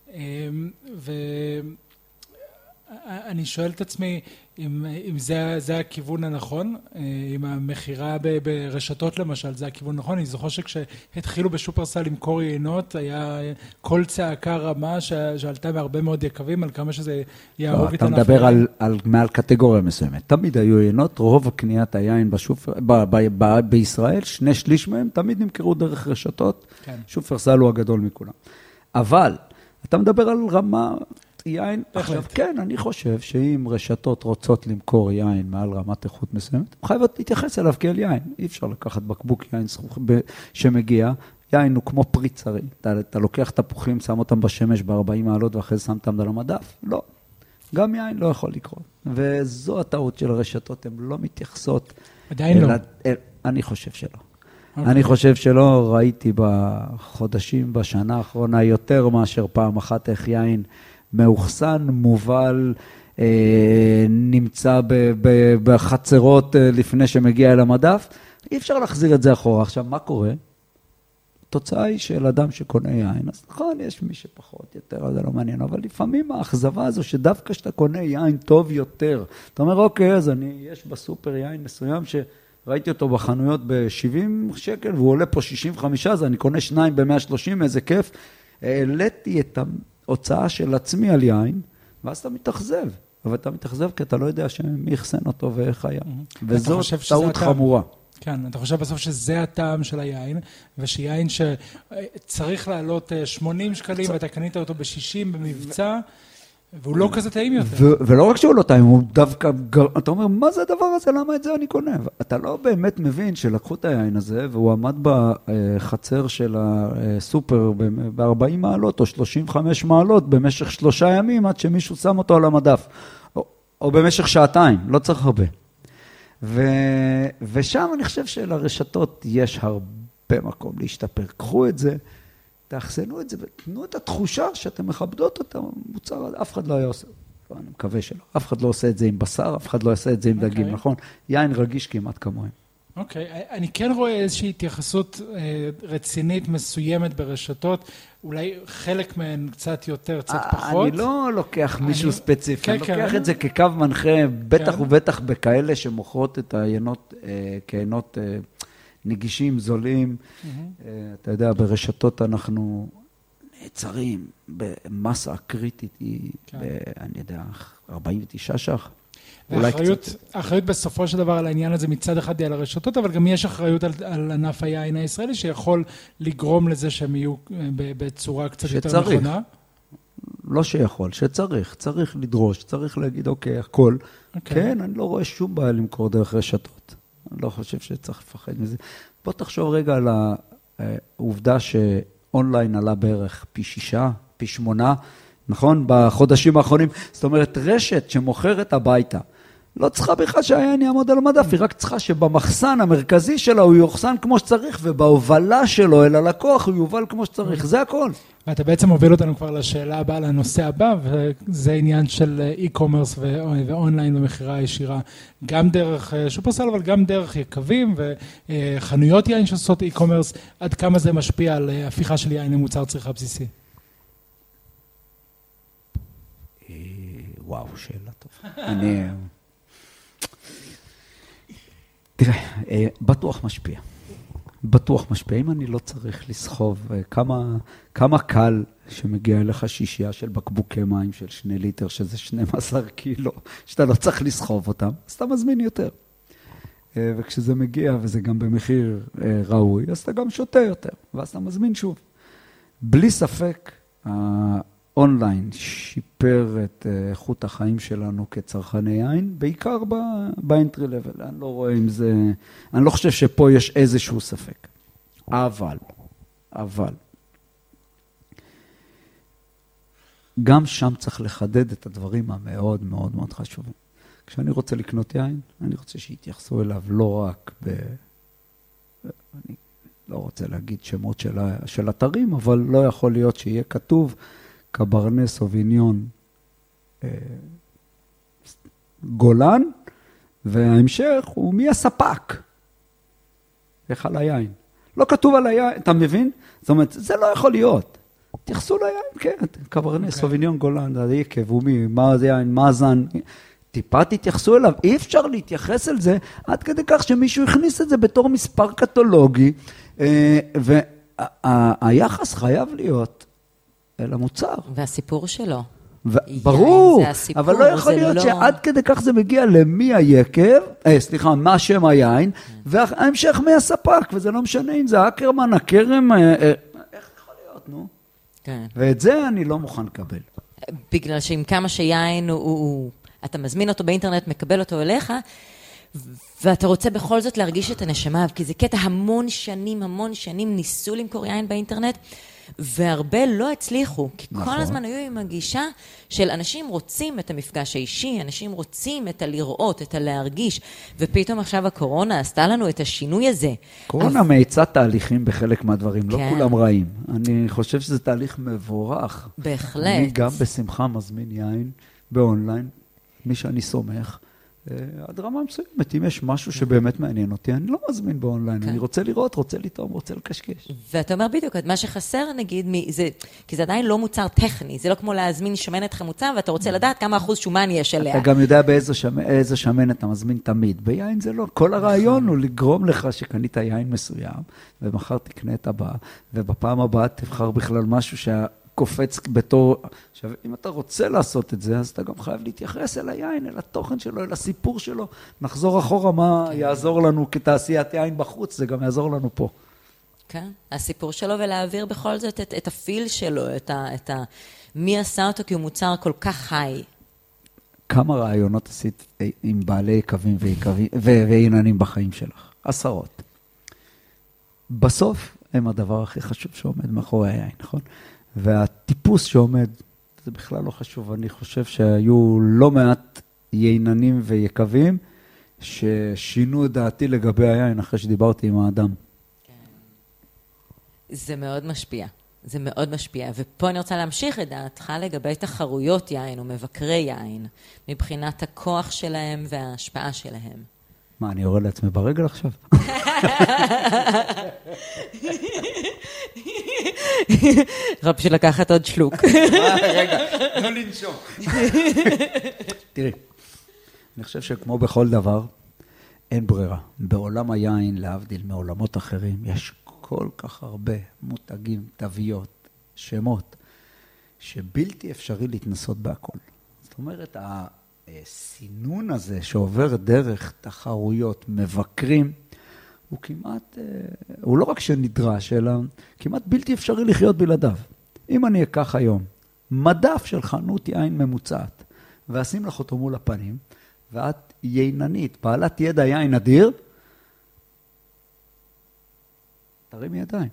ואני שואל את עצמי אם זה הכיוון הנכון, אם המחירה ברשתות למשל, זה הכיוון הנכון. אני זוכר שכשהתחילו בשופרסל למכור יינות, היה כל צעקה רמה שעלתה בהרבה מאוד יקבים על כמה שזה יהרוג את הענף. אתה מדבר מעל קטגוריה מסוימת. תמיד היו יינות, רוב הקניית היין בישראל, 2/3 מהם תמיד נמכרו דרך רשתות. שופרסל הוא הגדול מכולם. אבל אתה מדבר על רמה יין. עכשיו, כן, אני חושב שאם רשתות רוצות למכור יין מעל רמת איכות מסוימת, הן חייבות להתייחס אליו כאל יין. אי אפשר לקחת בקבוק יין שמגיע, יין הוא כמו פרי צרי. אתה לוקח תפוחים, שם אותם בשמש ב-40 מעלות, ואחרי זה שם אותם על המדף? לא. גם יין לא יכול לקרות. וזו הטעות של הרשתות, הן לא מתייחסות. עדיין לא. אני חושב שלא. אני חושב שלא ראיתי בחודשים, בשנה האחרונה, יותר מאשר פעם אחת איך יין מאוחסן, מובל, נמצא בחצרות לפני שמגיע אל המדף. אי אפשר להחזיר את זה אחורה. עכשיו, מה קורה? התוצאה היא של אדם שקונה יין. אז נכון, יש מי שפחות יותר, זה לא מעניין, אבל לפעמים האכזבה הזו שדווקא שאתה קונה יין טוב יותר, אתה אומר, אוקיי, אז יש בסופר יין מסוים שראיתי אותו בחנויות ב-70 שקל, והוא עולה פה 65, אז אני קונה 2 ב-130, איזה כיף. העליתי את ההוצאה של עצמי על יין, ואז אתה מתאכזב. אבל אתה מתאכזב כי אתה לא יודע מי יחסן אותו ואיך היה. וזו טעות חמורה. כן, אתה חושב בסוף שזה הטעם של היין, ושיין שצריך לעלות 80 שקלים, ואתה קנית אותו ב-60 במבצע, והוא לא כזה טעים יותר. ולא רק שהוא לא טעים, הוא דווקא, אתה אומר, מה זה הדבר הזה? למה את זה אני קונה? אתה לא באמת מבין שלקחו את היין הזה, והוא עמד בחצר של הסופר ב-40 מעלות, או 35 מעלות, במשך 3 ימים, עד שמישהו שם אותו על המדף. או במשך 2 שעות, לא צריך הרבה. ושם אני חושב שלרשתות יש הרבה מקום להשתפר. קחו את זה, תאחסנו את זה, ותנו את התחושה שאתם מכבדות את המוצר. אף אחד לא היה עושה, אני מקווה שלא. אף אחד לא עושה את זה עם בשר, אף אחד לא עושה את זה עם דגים, נכון? יין רגיש כמעט כמוהם. אוקיי, אני כן רואה איזושהי התייחסות רצינית מסוימת ברשתות, אולי חלק מהן קצת יותר, קצת פחות. אני לא לוקח מישהו ספציפי, אני לוקח את זה כקו מנחה, בטח ובטח בכאלה שמוכרות את העיינות כעיינות נגישים, זולים. אתה יודע, ברשתות אנחנו נעצרים במסה קריטית, אני יודע, 49 ש"ח. האחריות בסופו של דבר על העניין הזה מצד אחד היא על הרשתות, אבל גם יש אחריות על ענף היין הישראלי שיכול לגרום לזה שהם יהיו בצורה קצת יותר נכונה. לא שיכול, שצריך, צריך לדרוש, צריך להגיד אוקיי, הכל. כן, אני לא רואה שום בעיה למכור דרך רשתות. אני לא חושב שצריך לפחד מזה. בוא תחשוב רגע על העובדה שאונליין עלה בערך פי 6, פי 8, נכון? בחודשים האחרונים. זאת אומרת, רשת שמוכרת הביתה, לא צריכה בכלל שהיין יעמוד על המדף, היא רק צריכה שבמחסן המרכזי שלה הוא יוחסן כמו שצריך, ובהובלה שלו אל הלקוח הוא יובל כמו שצריך, זה הכל. ואתה בעצם מוביל אותנו כבר לשאלה הבאה, לנושא הבא, וזה עניין של e-commerce ואונליין ומחירה ישירה, גם דרך שופרסל, אבל גם דרך יקבים וחנויות יין שעושות e-commerce, עד כמה זה משפיע על הפיכה של יין למוצר צריכה בסיסי? וואו, שאלה טובה. תראה, בטוח משפיע. בטוח משפיע. אם אני לא צריך לסחוב כמה קל שמגיע אליך שישייה של בקבוקי מים של 2 ליטר, שזה 12 קילו, שאתה לא צריך לסחוב אותם, אז אתה מזמין יותר. וכשזה מגיע, וזה גם במחיר ראוי, אז אתה גם שותה יותר, ואז אתה מזמין שוב. בלי ספק, אונליין שיפר את איכות החיים שלנו כצרכני יין, בעיקר באנטרי לבל. אני לא רואה אם זה, אני לא חושב שפה יש איזשהו ספק. אבל, גם שם צריך לחדד את הדברים המאוד מאוד מאוד חשובים. כשאני רוצה לקנות יין, אני רוצה שיתייחסו אליו לא רק אני לא רוצה להגיד שמות של אתרים, אבל לא יכול להיות שיהיה כתוב קברנה סוביניון גולן, וההמשך הוא מי הספק. איך על היין. לא כתוב על היין, אתה מבין? זאת אומרת, זה לא יכול להיות. תייחסו ליין, כן, קברנה סוביניון גולן, זה יקב, ומי, מה זה יין, מה זן, טיפה תתייחסו אליו. אי אפשר להתייחס אל זה, עד כדי כך שמישהו הכניס את זה בתור מספר קטלוגי, והיחס חייב להיות אל המוצר. והסיפור שלו. ברור, אבל לא יכול להיות שעד כדי כך זה מגיע למי היקב, מה שם היין, וההמשך מי הספק, וזה לא משנה אם זה אקרמן, הקרם, איך יכול להיות, נו? כן. ואת זה אני לא מוכן לקבל. בגלל שעם כמה שיין אתה מזמין אותו באינטרנט, מקבל אותו אליך, ואתה רוצה בכל זאת להרגיש את הנשמה, כי זה קטע המון שנים ניסו למכור יין באינטרנט, והרבה לא הצליחו, כי נכון. כל הזמן היו עם הגישה של אנשים רוצים את המפגש האישי, אנשים רוצים את הלראות, את הלהרגיש, ופתאום עכשיו הקורונה עשתה לנו את השינוי הזה. קורונה מאיצה תהליכים בחלק מהדברים, לא כולם רעים. אני חושב שזה תהליך מבורך. בהחלט. אני גם בשמחה מזמין יין באונליין, מי שאני סומך, עד רמה מסוימת, אם יש משהו שבאמת מעניין אותי, אני לא מזמין באונליין, אני רוצה לראות, רוצה לטעום, רוצה לקשקש. ואתה אומר בדיוק, מה שחסר נגיד, כי זה עדיין לא מוצר טכני, זה לא כמו להזמין שמנת חמוצה, ואתה רוצה לדעת כמה אחוז שומן יש עליה. אתה גם יודע באיזה שמנת אתה מזמין תמיד, ביין זה לא, כל הרעיון הוא לגרום לך שקנית יין מסוים, ומחר תקנה את הבא, ובפעם הבאה תבחר בכלל משהו קופץ בתור... עכשיו, אם אתה רוצה לעשות את זה, אז אתה גם חייב להתייחס אל היין, אל התוכן שלו, אל הסיפור שלו. נחזור אחורה מה יעזור לנו כתעשיית יין בחוץ, זה גם יעזור לנו פה. כן, הסיפור שלו ולהעביר בכל זאת את הפיל שלו, מי עשה אותו כי הוא מוצר כל כך חי. כמה רעיונות עשית עם בעלי יקבים ועיננים בחיים שלך? 10. בסוף הם הדבר הכי חשוב שעומד מאחורי היין, נכון? והטיפוס שעומד, זה בכלל לא חשוב. אני חושב שהיו לא מעט ייננים ויקבים ששינו את דעתי לגבי היין אחרי שדיברתי עם האדם. זה מאוד משפיע. זה מאוד משפיע. ופה אני רוצה להמשיך את דעתך לגבי תחרויות יין או מבקרי יין, מבחינת הכוח שלהם וההשפעה שלהם. מה, אני יורד לעצמי ברגל עכשיו? רק בשביל לקחת עוד שלוק. רגע, לא לנשום. תראי, אני חושב שכמו בכל דבר, אין ברירה. בעולם היין, להבדיל מעולמות אחרים, יש כל כך הרבה מותגים, תוויות, שמות, שבלתי אפשרי להתנסות בהכל. זאת אומרת, הסינון הזה שעובר דרך תחרויות, מבקרים, הוא כמעט, הוא לא רק שנדרש, אלא כמעט בלתי אפשרי לחיות בלעדיו. אם אני אקח היום מדף של חנות יין ממוצעת, ואשים לך אותו מול הפנים, ואת ייננית, בעלת ידע יין אדיר, תרימי ידיים.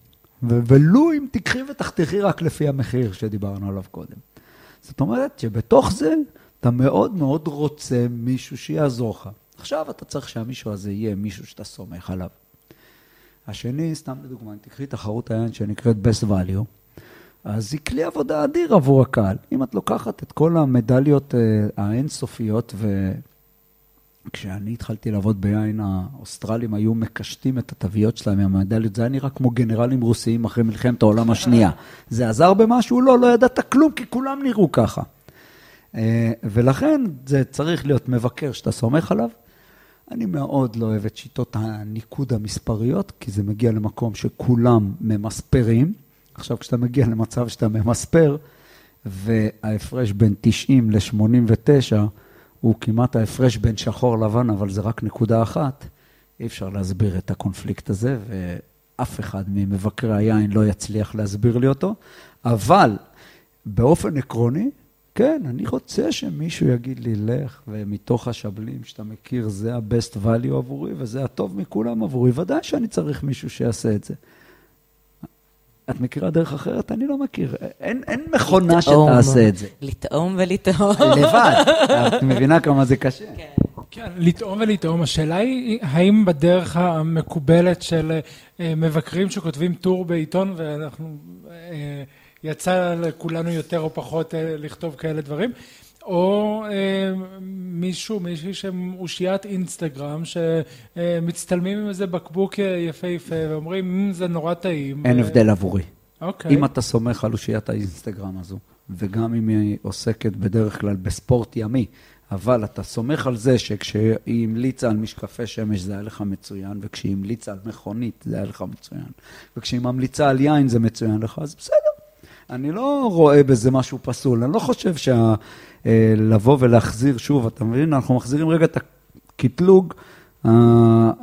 ולו אם תקחי ותחתכי רק לפי המחיר שדיברנו עליו קודם. זאת אומרת שבתוך זה, אתה מאוד מאוד רוצה מישהו שיעזור לך. עכשיו אתה צריך שהמישהו הזה יהיה מישהו שאתה סומך עליו. השני, סתם לדוגמה, תקחי תחרות היין שנקראת Best Value, אז היא כלי עבודה אדיר עבור הקהל. אם את לוקחת את כל המדליות האינסופיות, וכשאני התחלתי לעבוד ביין, האוסטרלים היו מקשטים את התוויות שלהם מהמדליות, זה היה נראה כמו גנרלים רוסיים אחרי מלחמת העולם השנייה. זה עזר במשהו? לא ידעת כלום, כי כולם נראו ככה. ולכן זה צריך להיות מבקר שאתה סומך עליו. אני מאוד לא אוהב את שיטות הניקוד המספריות, כי זה מגיע למקום שכולם ממספרים. עכשיו כשאתה מגיע למצב שאתה ממספר, וההפרש בין 90 ל-89, הוא כמעט ההפרש בין שחור לבן, אבל זה רק נקודה אחת, אי אפשר להסביר את הקונפליקט הזה, ואף אחד ממבקרי היין לא יצליח להסביר לי אותו, אבל באופן עקרוני, כן, אני רוצה שמישהו יגיד לי, לך, ומתוך השבלים שאתה מכיר, זה ה-best value עבורי, וזה הטוב מכולם עבורי, ודאי שאני צריך מישהו שיעשה את זה. את מכירה דרך אחרת? אני לא מכיר. אין מכונה שתעשה את זה. לטעום ולטעום. לבד. את מבינה כמה זה קשה. כן, לטעום ולטעום. השאלה היא, האם בדרך המקובלת של מבקרים שכותבים טור בעיתון, ואנחנו... יצא לכולנו יותר או פחות לכתוב כאלה דברים, או מישהי שאושיית אינסטגרם, שמצטלמים עם איזה בקבוק יפה ואומרים, זה נורא טעים. אין הבדל עבורי. אוקיי. אם אתה סומך על אושיית האינסטגרם הזו, וגם אם היא עוסקת בדרך כלל בספורט ימי, אבל אתה סומך על זה שכשהיא המליצה על משקפי שמש זה היה לך מצוין, וכשהיא המליצה על מכונית זה היה לך מצוין, וכשהיא ממליצה על יין זה מצוין לך, אז בסדר. אני לא רואה בזה משהו פסול, אני לא חושב לבוא ולהחזיר שוב, אתה מבין? אנחנו מחזירים רגע את הקטלוג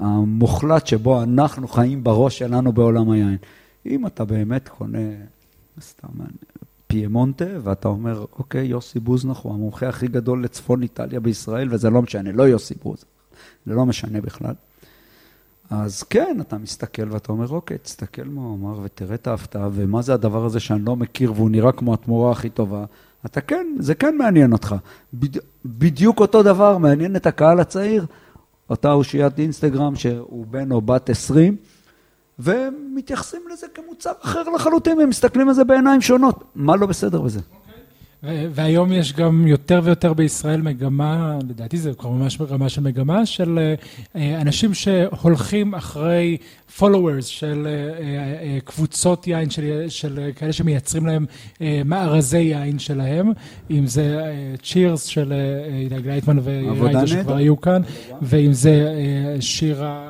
המוחלט שבו אנחנו חיים בראש שלנו בעולם היין. אם אתה באמת קונה סתם, פיימונטה, ואתה אומר, אוקיי, יוסי בוזנח הוא המומחה הכי גדול לצפון איטליה בישראל, וזה לא משנה, לא יוסי בוזנח, זה לא משנה בכלל. אז כן, אתה מסתכל ואתה אומר, אוקיי, תסתכל מה הוא אמר ותראה את ההפתעה, ומה זה הדבר הזה שאני לא מכיר והוא נראה כמו התמורה הכי טובה. אתה כן, זה כן מעניין אותך. בדיוק אותו דבר, מעניין את הקהל הצעיר, אותה אושיית אינסטגרם שהוא בן או בת 20, ומתייחסים לזה כמוצר אחר לחלוטין, הם מסתכלים על זה בעיניים שונות. מה לא בסדר בזה? והיום יש גם יותר ויותר בישראל מגמה, לדעתי זה כבר ממש רמה של מגמה, של אנשים שהולכים אחרי followers של קבוצות יין, של כאלה שמייצרים להם מארזי יין שלהם, אם זה צ'ירס של הילה גלייטמן ורייזר שכבר היו כאן, ואם זה שירה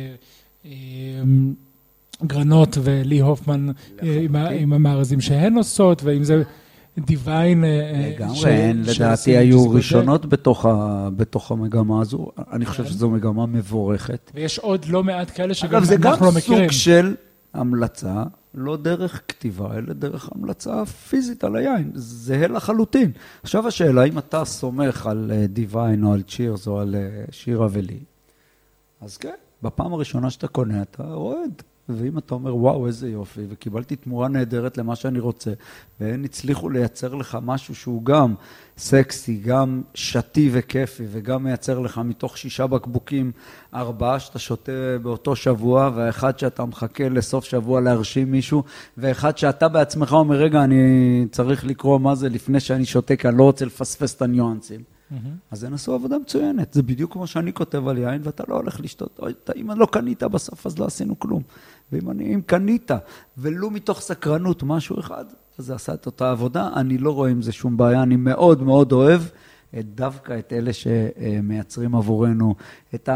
גרנות ולי הופמן עם המארזים שהן עושות, ואם זה דיוויין. לגמרי, הן לדעתי היו ראשונות בתוך המגמה הזו. אני חושב שזו מגמה מבורכת. ויש עוד לא מעט כאלה שגם אנחנו לא מכירים. זה גם סוג של המלצה, לא דרך כתיבה, אלא דרך המלצה פיזית על היין. זה לחלוטין. עכשיו השאלה, אם אתה סומך על דיוויין או על צ'ירס או על שירה ולי, אז כן, בפעם הראשונה שאתה קונה, אתה רועד. ואם אתה אומר, וואו, איזה יופי, וקיבלתי תמורה נהדרת למה שאני רוצה, והם הצליחו לייצר לך משהו שהוא גם סקסי, גם שתי וכיפי, וגם מייצר לך מתוך 6 בקבוקים, 4 שאתה שותה באותו שבוע, והאחד שאתה מחכה לסוף שבוע להרשים מישהו, ואחד שאתה בעצמך אומר, רגע, אני צריך לקרוא מה זה לפני שאני שותה, כי אני לא רוצה לפספס את הניואנסים. אז הם עשו עבודה מצוינת. זה בדיוק כמו שאני כותב על יין, ואתה לא הולך לשתות. אם אני לא קנית בסוף, אז לא עשינו כלום. ואם קנית, ולו מתוך סקרנות משהו אחד, אז זה עשה את אותה עבודה. אני לא רואה עם זה שום בעיה. אני מאוד מאוד אוהב דווקא את אלה שמייצרים עבורנו את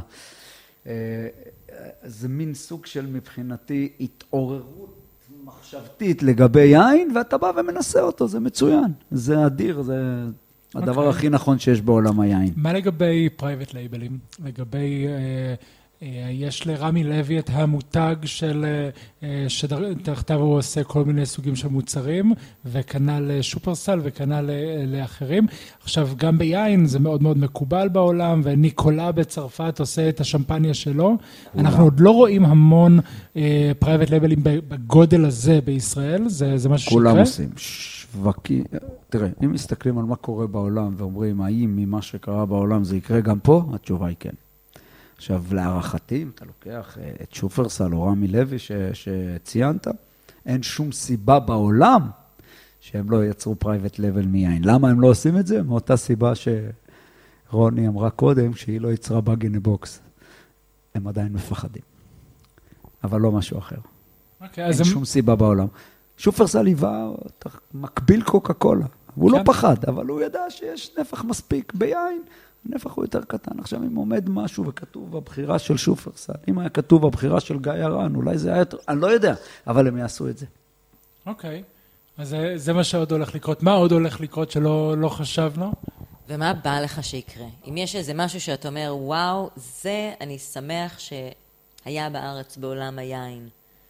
זה מין סוג של מבחינתי התעוררות מחשבתית לגבי יין, ואתה בא ומנסה אותו. זה מצוין. זה אדיר, זה הדבר הכי נכון שיש בעולם היין. מה לגבי פרייבט לייבלים? לגבי, יש לרמי לוי את המותג של, שתחתיו הוא עושה כל מיני סוגים של מוצרים, וכנ"ל שופרסל וכנ"ל לאחרים. עכשיו, גם ביין זה מאוד מאוד מקובל בעולם, וניקולה בצרפת עושה את השמפניה שלו. אנחנו עוד לא רואים המון פרייבט לייבלים בגודל הזה בישראל, זה משהו שקרה? כולם עושים. שווקי, תראה, אם מסתכלים על מה קורה בעולם ואומרים, האם ממה שקרה בעולם זה יקרה גם פה, התשובה היא כן. עכשיו, להערכתי, אם אתה לוקח את שופרסל או רמי לוי שציינת, אין שום סיבה בעולם שהם לא ייצרו פרייבט לבל מיין. למה הם לא עושים את זה? מאותה סיבה שרוני אמרה קודם, שהיא לא יצרה באג אין בוקס. הם עדיין מפחדים. אבל לא משהו אחר. אין שום סיבה בעולם. שופרסל היווה מקביל קוקה קולה. הוא לא פחד, אבל הוא ידע שיש נפח מספיק ביין, הנפח הוא יותר קטן. עכשיו, אם עומד משהו וכתוב בבחירה של שופרסל, אם היה כתוב בבחירה של גיא הרן, אולי זה היה יותר, אני לא יודע, אבל הם יעשו את זה. אוקיי, אז זה מה שעוד הולך לקרות. מה עוד הולך לקרות שלא חשבנו? ומה בא לך שיקרה? אם יש איזה משהו שאתה אומר, וואו, זה אני שמח שהיה בארץ בעולם היין.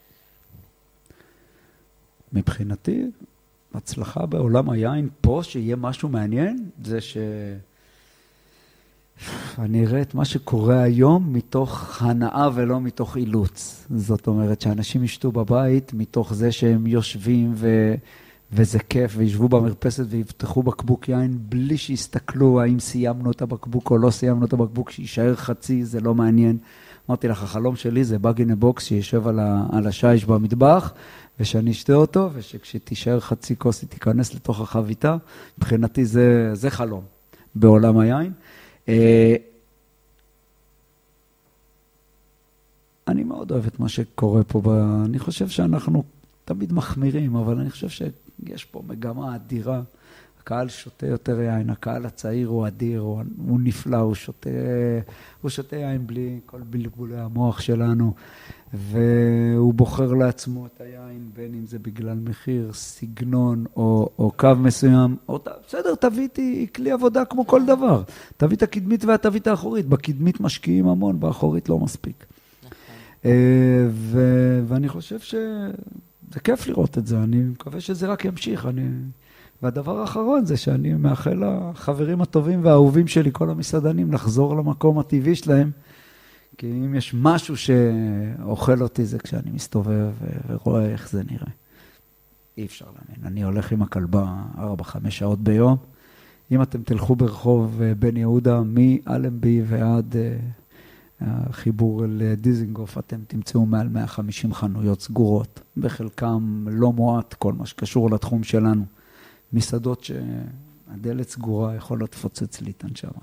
מבחינתי, הצלחה בעולם היין פה, שיהיה משהו מעניין, זה אני אראה את מה שקורה היום מתוך הנאה ולא מתוך אילוץ. זאת אומרת שאנשים ישתו בבית מתוך זה שהם יושבים וזה כיף, וישבו במרפסת ויפתחו בקבוק יין בלי שיסתכלו האם סיימנו את הבקבוק או לא סיימנו את הבקבוק, שישאר חצי, זה לא מעניין. אמרתי לך, החלום שלי זה באג אין בוקס שישב על השיש במטבח, ושאני אשתה אותו, ושכשתישאר חצי כוס היא תיכנס לתוך החביתה. מבחינתי זה חלום בעולם היין. אני מאוד אוהב את מה שקורה פה. אני חושב שאנחנו תמיד מחמירים, אבל אני חושב שיש פה מגמה אדירה. הקהל שותה יותר יין, הקהל הצעיר הוא אדיר, הוא נפלא, הוא שותה יין בלי כל בלבולי המוח שלנו, והוא בוחר לעצמו את היין, בין אם זה בגלל מחיר, סגנון או קו מסוים, בסדר, תביא איתי כלי עבודה כמו כל דבר. תביא את הקדמית והתביא את האחורית. בקדמית משקיעים המון, באחורית לא מספיק. ואני חושב זה כיף לראות את זה, אני מקווה שזה רק ימשיך. והדבר האחרון זה שאני מאחל לחברים הטובים והאהובים שלי, כל המסעדנים, לחזור למקום הטבעי שלהם, כי אם יש משהו שאוכל אותי זה כשאני מסתובב ורואה איך זה נראה. אי אפשר להאמין. אני הולך עם הכלבה 4-5 שעות ביום. אם אתם תלכו ברחוב בן יהודה, מאלנבי ועד החיבור לדיזינגוף, אתם תמצאו מעל 150 חנויות סגורות, בחלקם לא מועט, כל מה שקשור לתחום שלנו. מסעדות שהדלת סגורה יכול לפוצץ לי את הנשמה.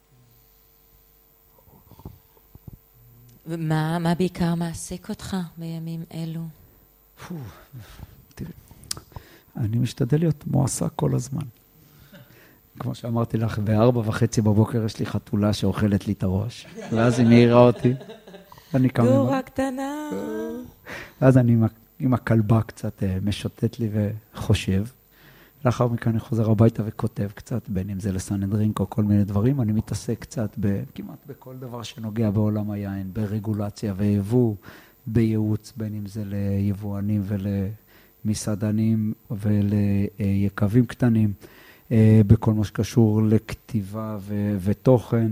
ומה בעיקר מעסיק אותך בימים אלו? תראי, אני משתדל להיות מועסק כל הזמן. כמו שאמרתי לך, ב4:30 בבוקר יש לי חתולה שאוכלת לי את הראש. ואז היא מעירה אותי. גורה קטנה. ואז אני עם הכלבה קצת משוטט לי וחושב. לאחר מכן אני חוזר הביתה וכותב קצת, בין אם זה לסנהדרין או כל מיני דברים. אני מתעסק קצת כמעט בכל דבר שנוגע בעולם היין, ברגולציה ויבוא, בייעוץ, בין אם זה ליבואנים ולמסעדנים וליקבים קטנים. בכל מה שקשור לכתיבה ותוכן.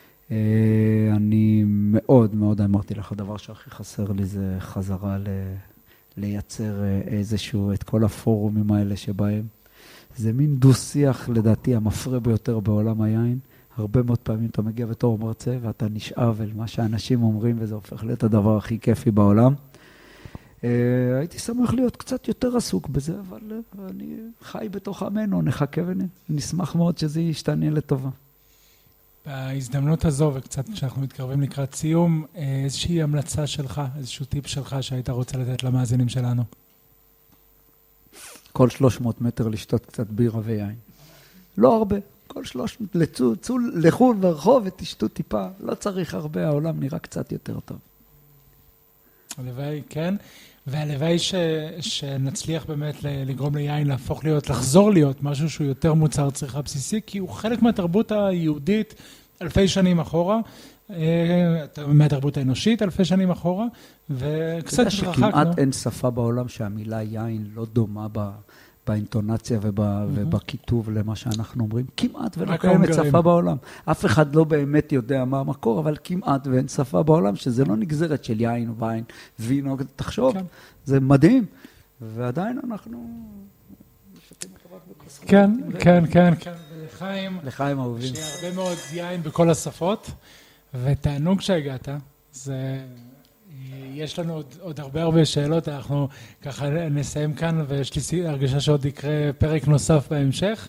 אני מאוד מאוד אמרתי לך, הדבר שהכי חסר לי זה חזרה לייצר איזשהו, את כל הפורומים האלה שבהם. זה מין דו-שיח לדעתי המפרה ביותר בעולם היין. הרבה מאוד פעמים אתה מגיע בתור מרצה ואתה נשאב אל מה שאנשים אומרים, וזה הופך להיות הדבר הכי כיפי בעולם. הייתי שמח להיות קצת יותר עסוק בזה, אבל אני חי בתוך עמנו, נחכה ונשמח מאוד שזה ישתנה לטובה. בהזדמנות הזו, וקצת כשאנחנו מתקרבים לקראת סיום, איזושהי המלצה שלך, איזשהו טיפ שלך שהיית רוצה לתת למאזינים שלנו? כל 300 מטר לשתות קצת בירה ויין. לא הרבה, כל 300, לכו לרחוב ותשתו טיפה, לא צריך הרבה, העולם נראה קצת יותר טוב. הלוואי, כן. והלוואי שנצליח באמת לגרום ליין להפוך להיות, לחזור להיות משהו שהוא יותר מוצר צריכה בסיסי, כי הוא חלק מהתרבות היהודית אלפי שנים אחורה, מהתרבות האנושית אלפי שנים אחורה, וקצת רחק. שכמעט אין שפה בעולם שהמילה יין לא דומה באינטונציה ובכיתוב למה שאנחנו אומרים. כמעט ולא קיימת שפה בעולם. אף אחד לא באמת יודע מה המקור, אבל כמעט ואין שפה בעולם, שזה לא נגזרת של יין ויין, וינו, תחשוב, זה מדהים. ועדיין אנחנו משתים את הרב בכוס. כן. לחיים אהובים. שיהיה הרבה מאוד יין בכל השפות, ותענוג שהגעת. יש לנו עוד הרבה שאלות, אנחנו ככה נסיים כאן, ויש לי הרגשה שעוד יקרה פרק נוסף בהמשך.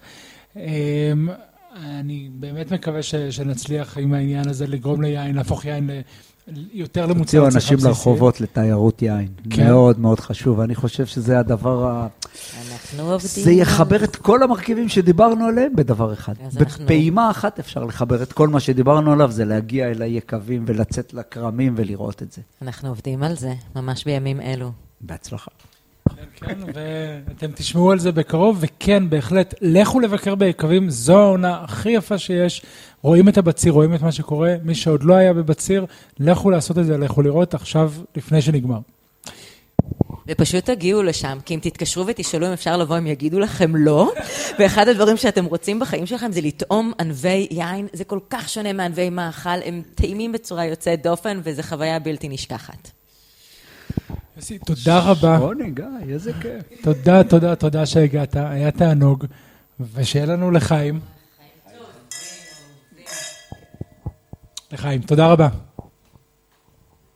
אני באמת מקווה שנצליח עם העניין הזה לגרום ליין, להפוך יין יותר למוצר צריכה בסיסי. אנשים לרחובות לתיירות יין, מאוד מאוד חשוב. אני חושב שזה הדבר זה יחבר את כל המרכיבים שדיברנו עליהם בדבר אחד. בפעימה אחת אפשר לחבר את כל מה שדיברנו עליו, זה להגיע אל היקבים ולצאת לקרמים ולראות את זה. אנחנו עובדים על זה, ממש בימים אלו. בהצלחה. כן, ואתם תשמעו על זה בקרוב, וכן, בהחלט, לכו לבקר ביקבים, זו העונה הכי יפה שיש, רואים את הבציר, רואים את מה שקורה, מי שעוד לא היה בבציר, לכו לעשות את זה, לכו לראות עכשיו, לפני שנגמר. ופשוט תגיעו לשם, כי אם תתקשרו ותשאלו אם אפשר לבוא, הם יגידו לכם לא, ואחד הדברים שאתם רוצים בחיים שלכם זה לטעום ענבי יין, זה כל כך שונה מענבי מאכל, הם טעימים בצורה יוצאת דופן, וזו חוויה בלתי נשכחת. יוסי, תודה רבה. רוני, גיא, איזה כיף. תודה שהגעת, היה תענוג, ושיהיה לנו לחיים. לחיים, תודה רבה.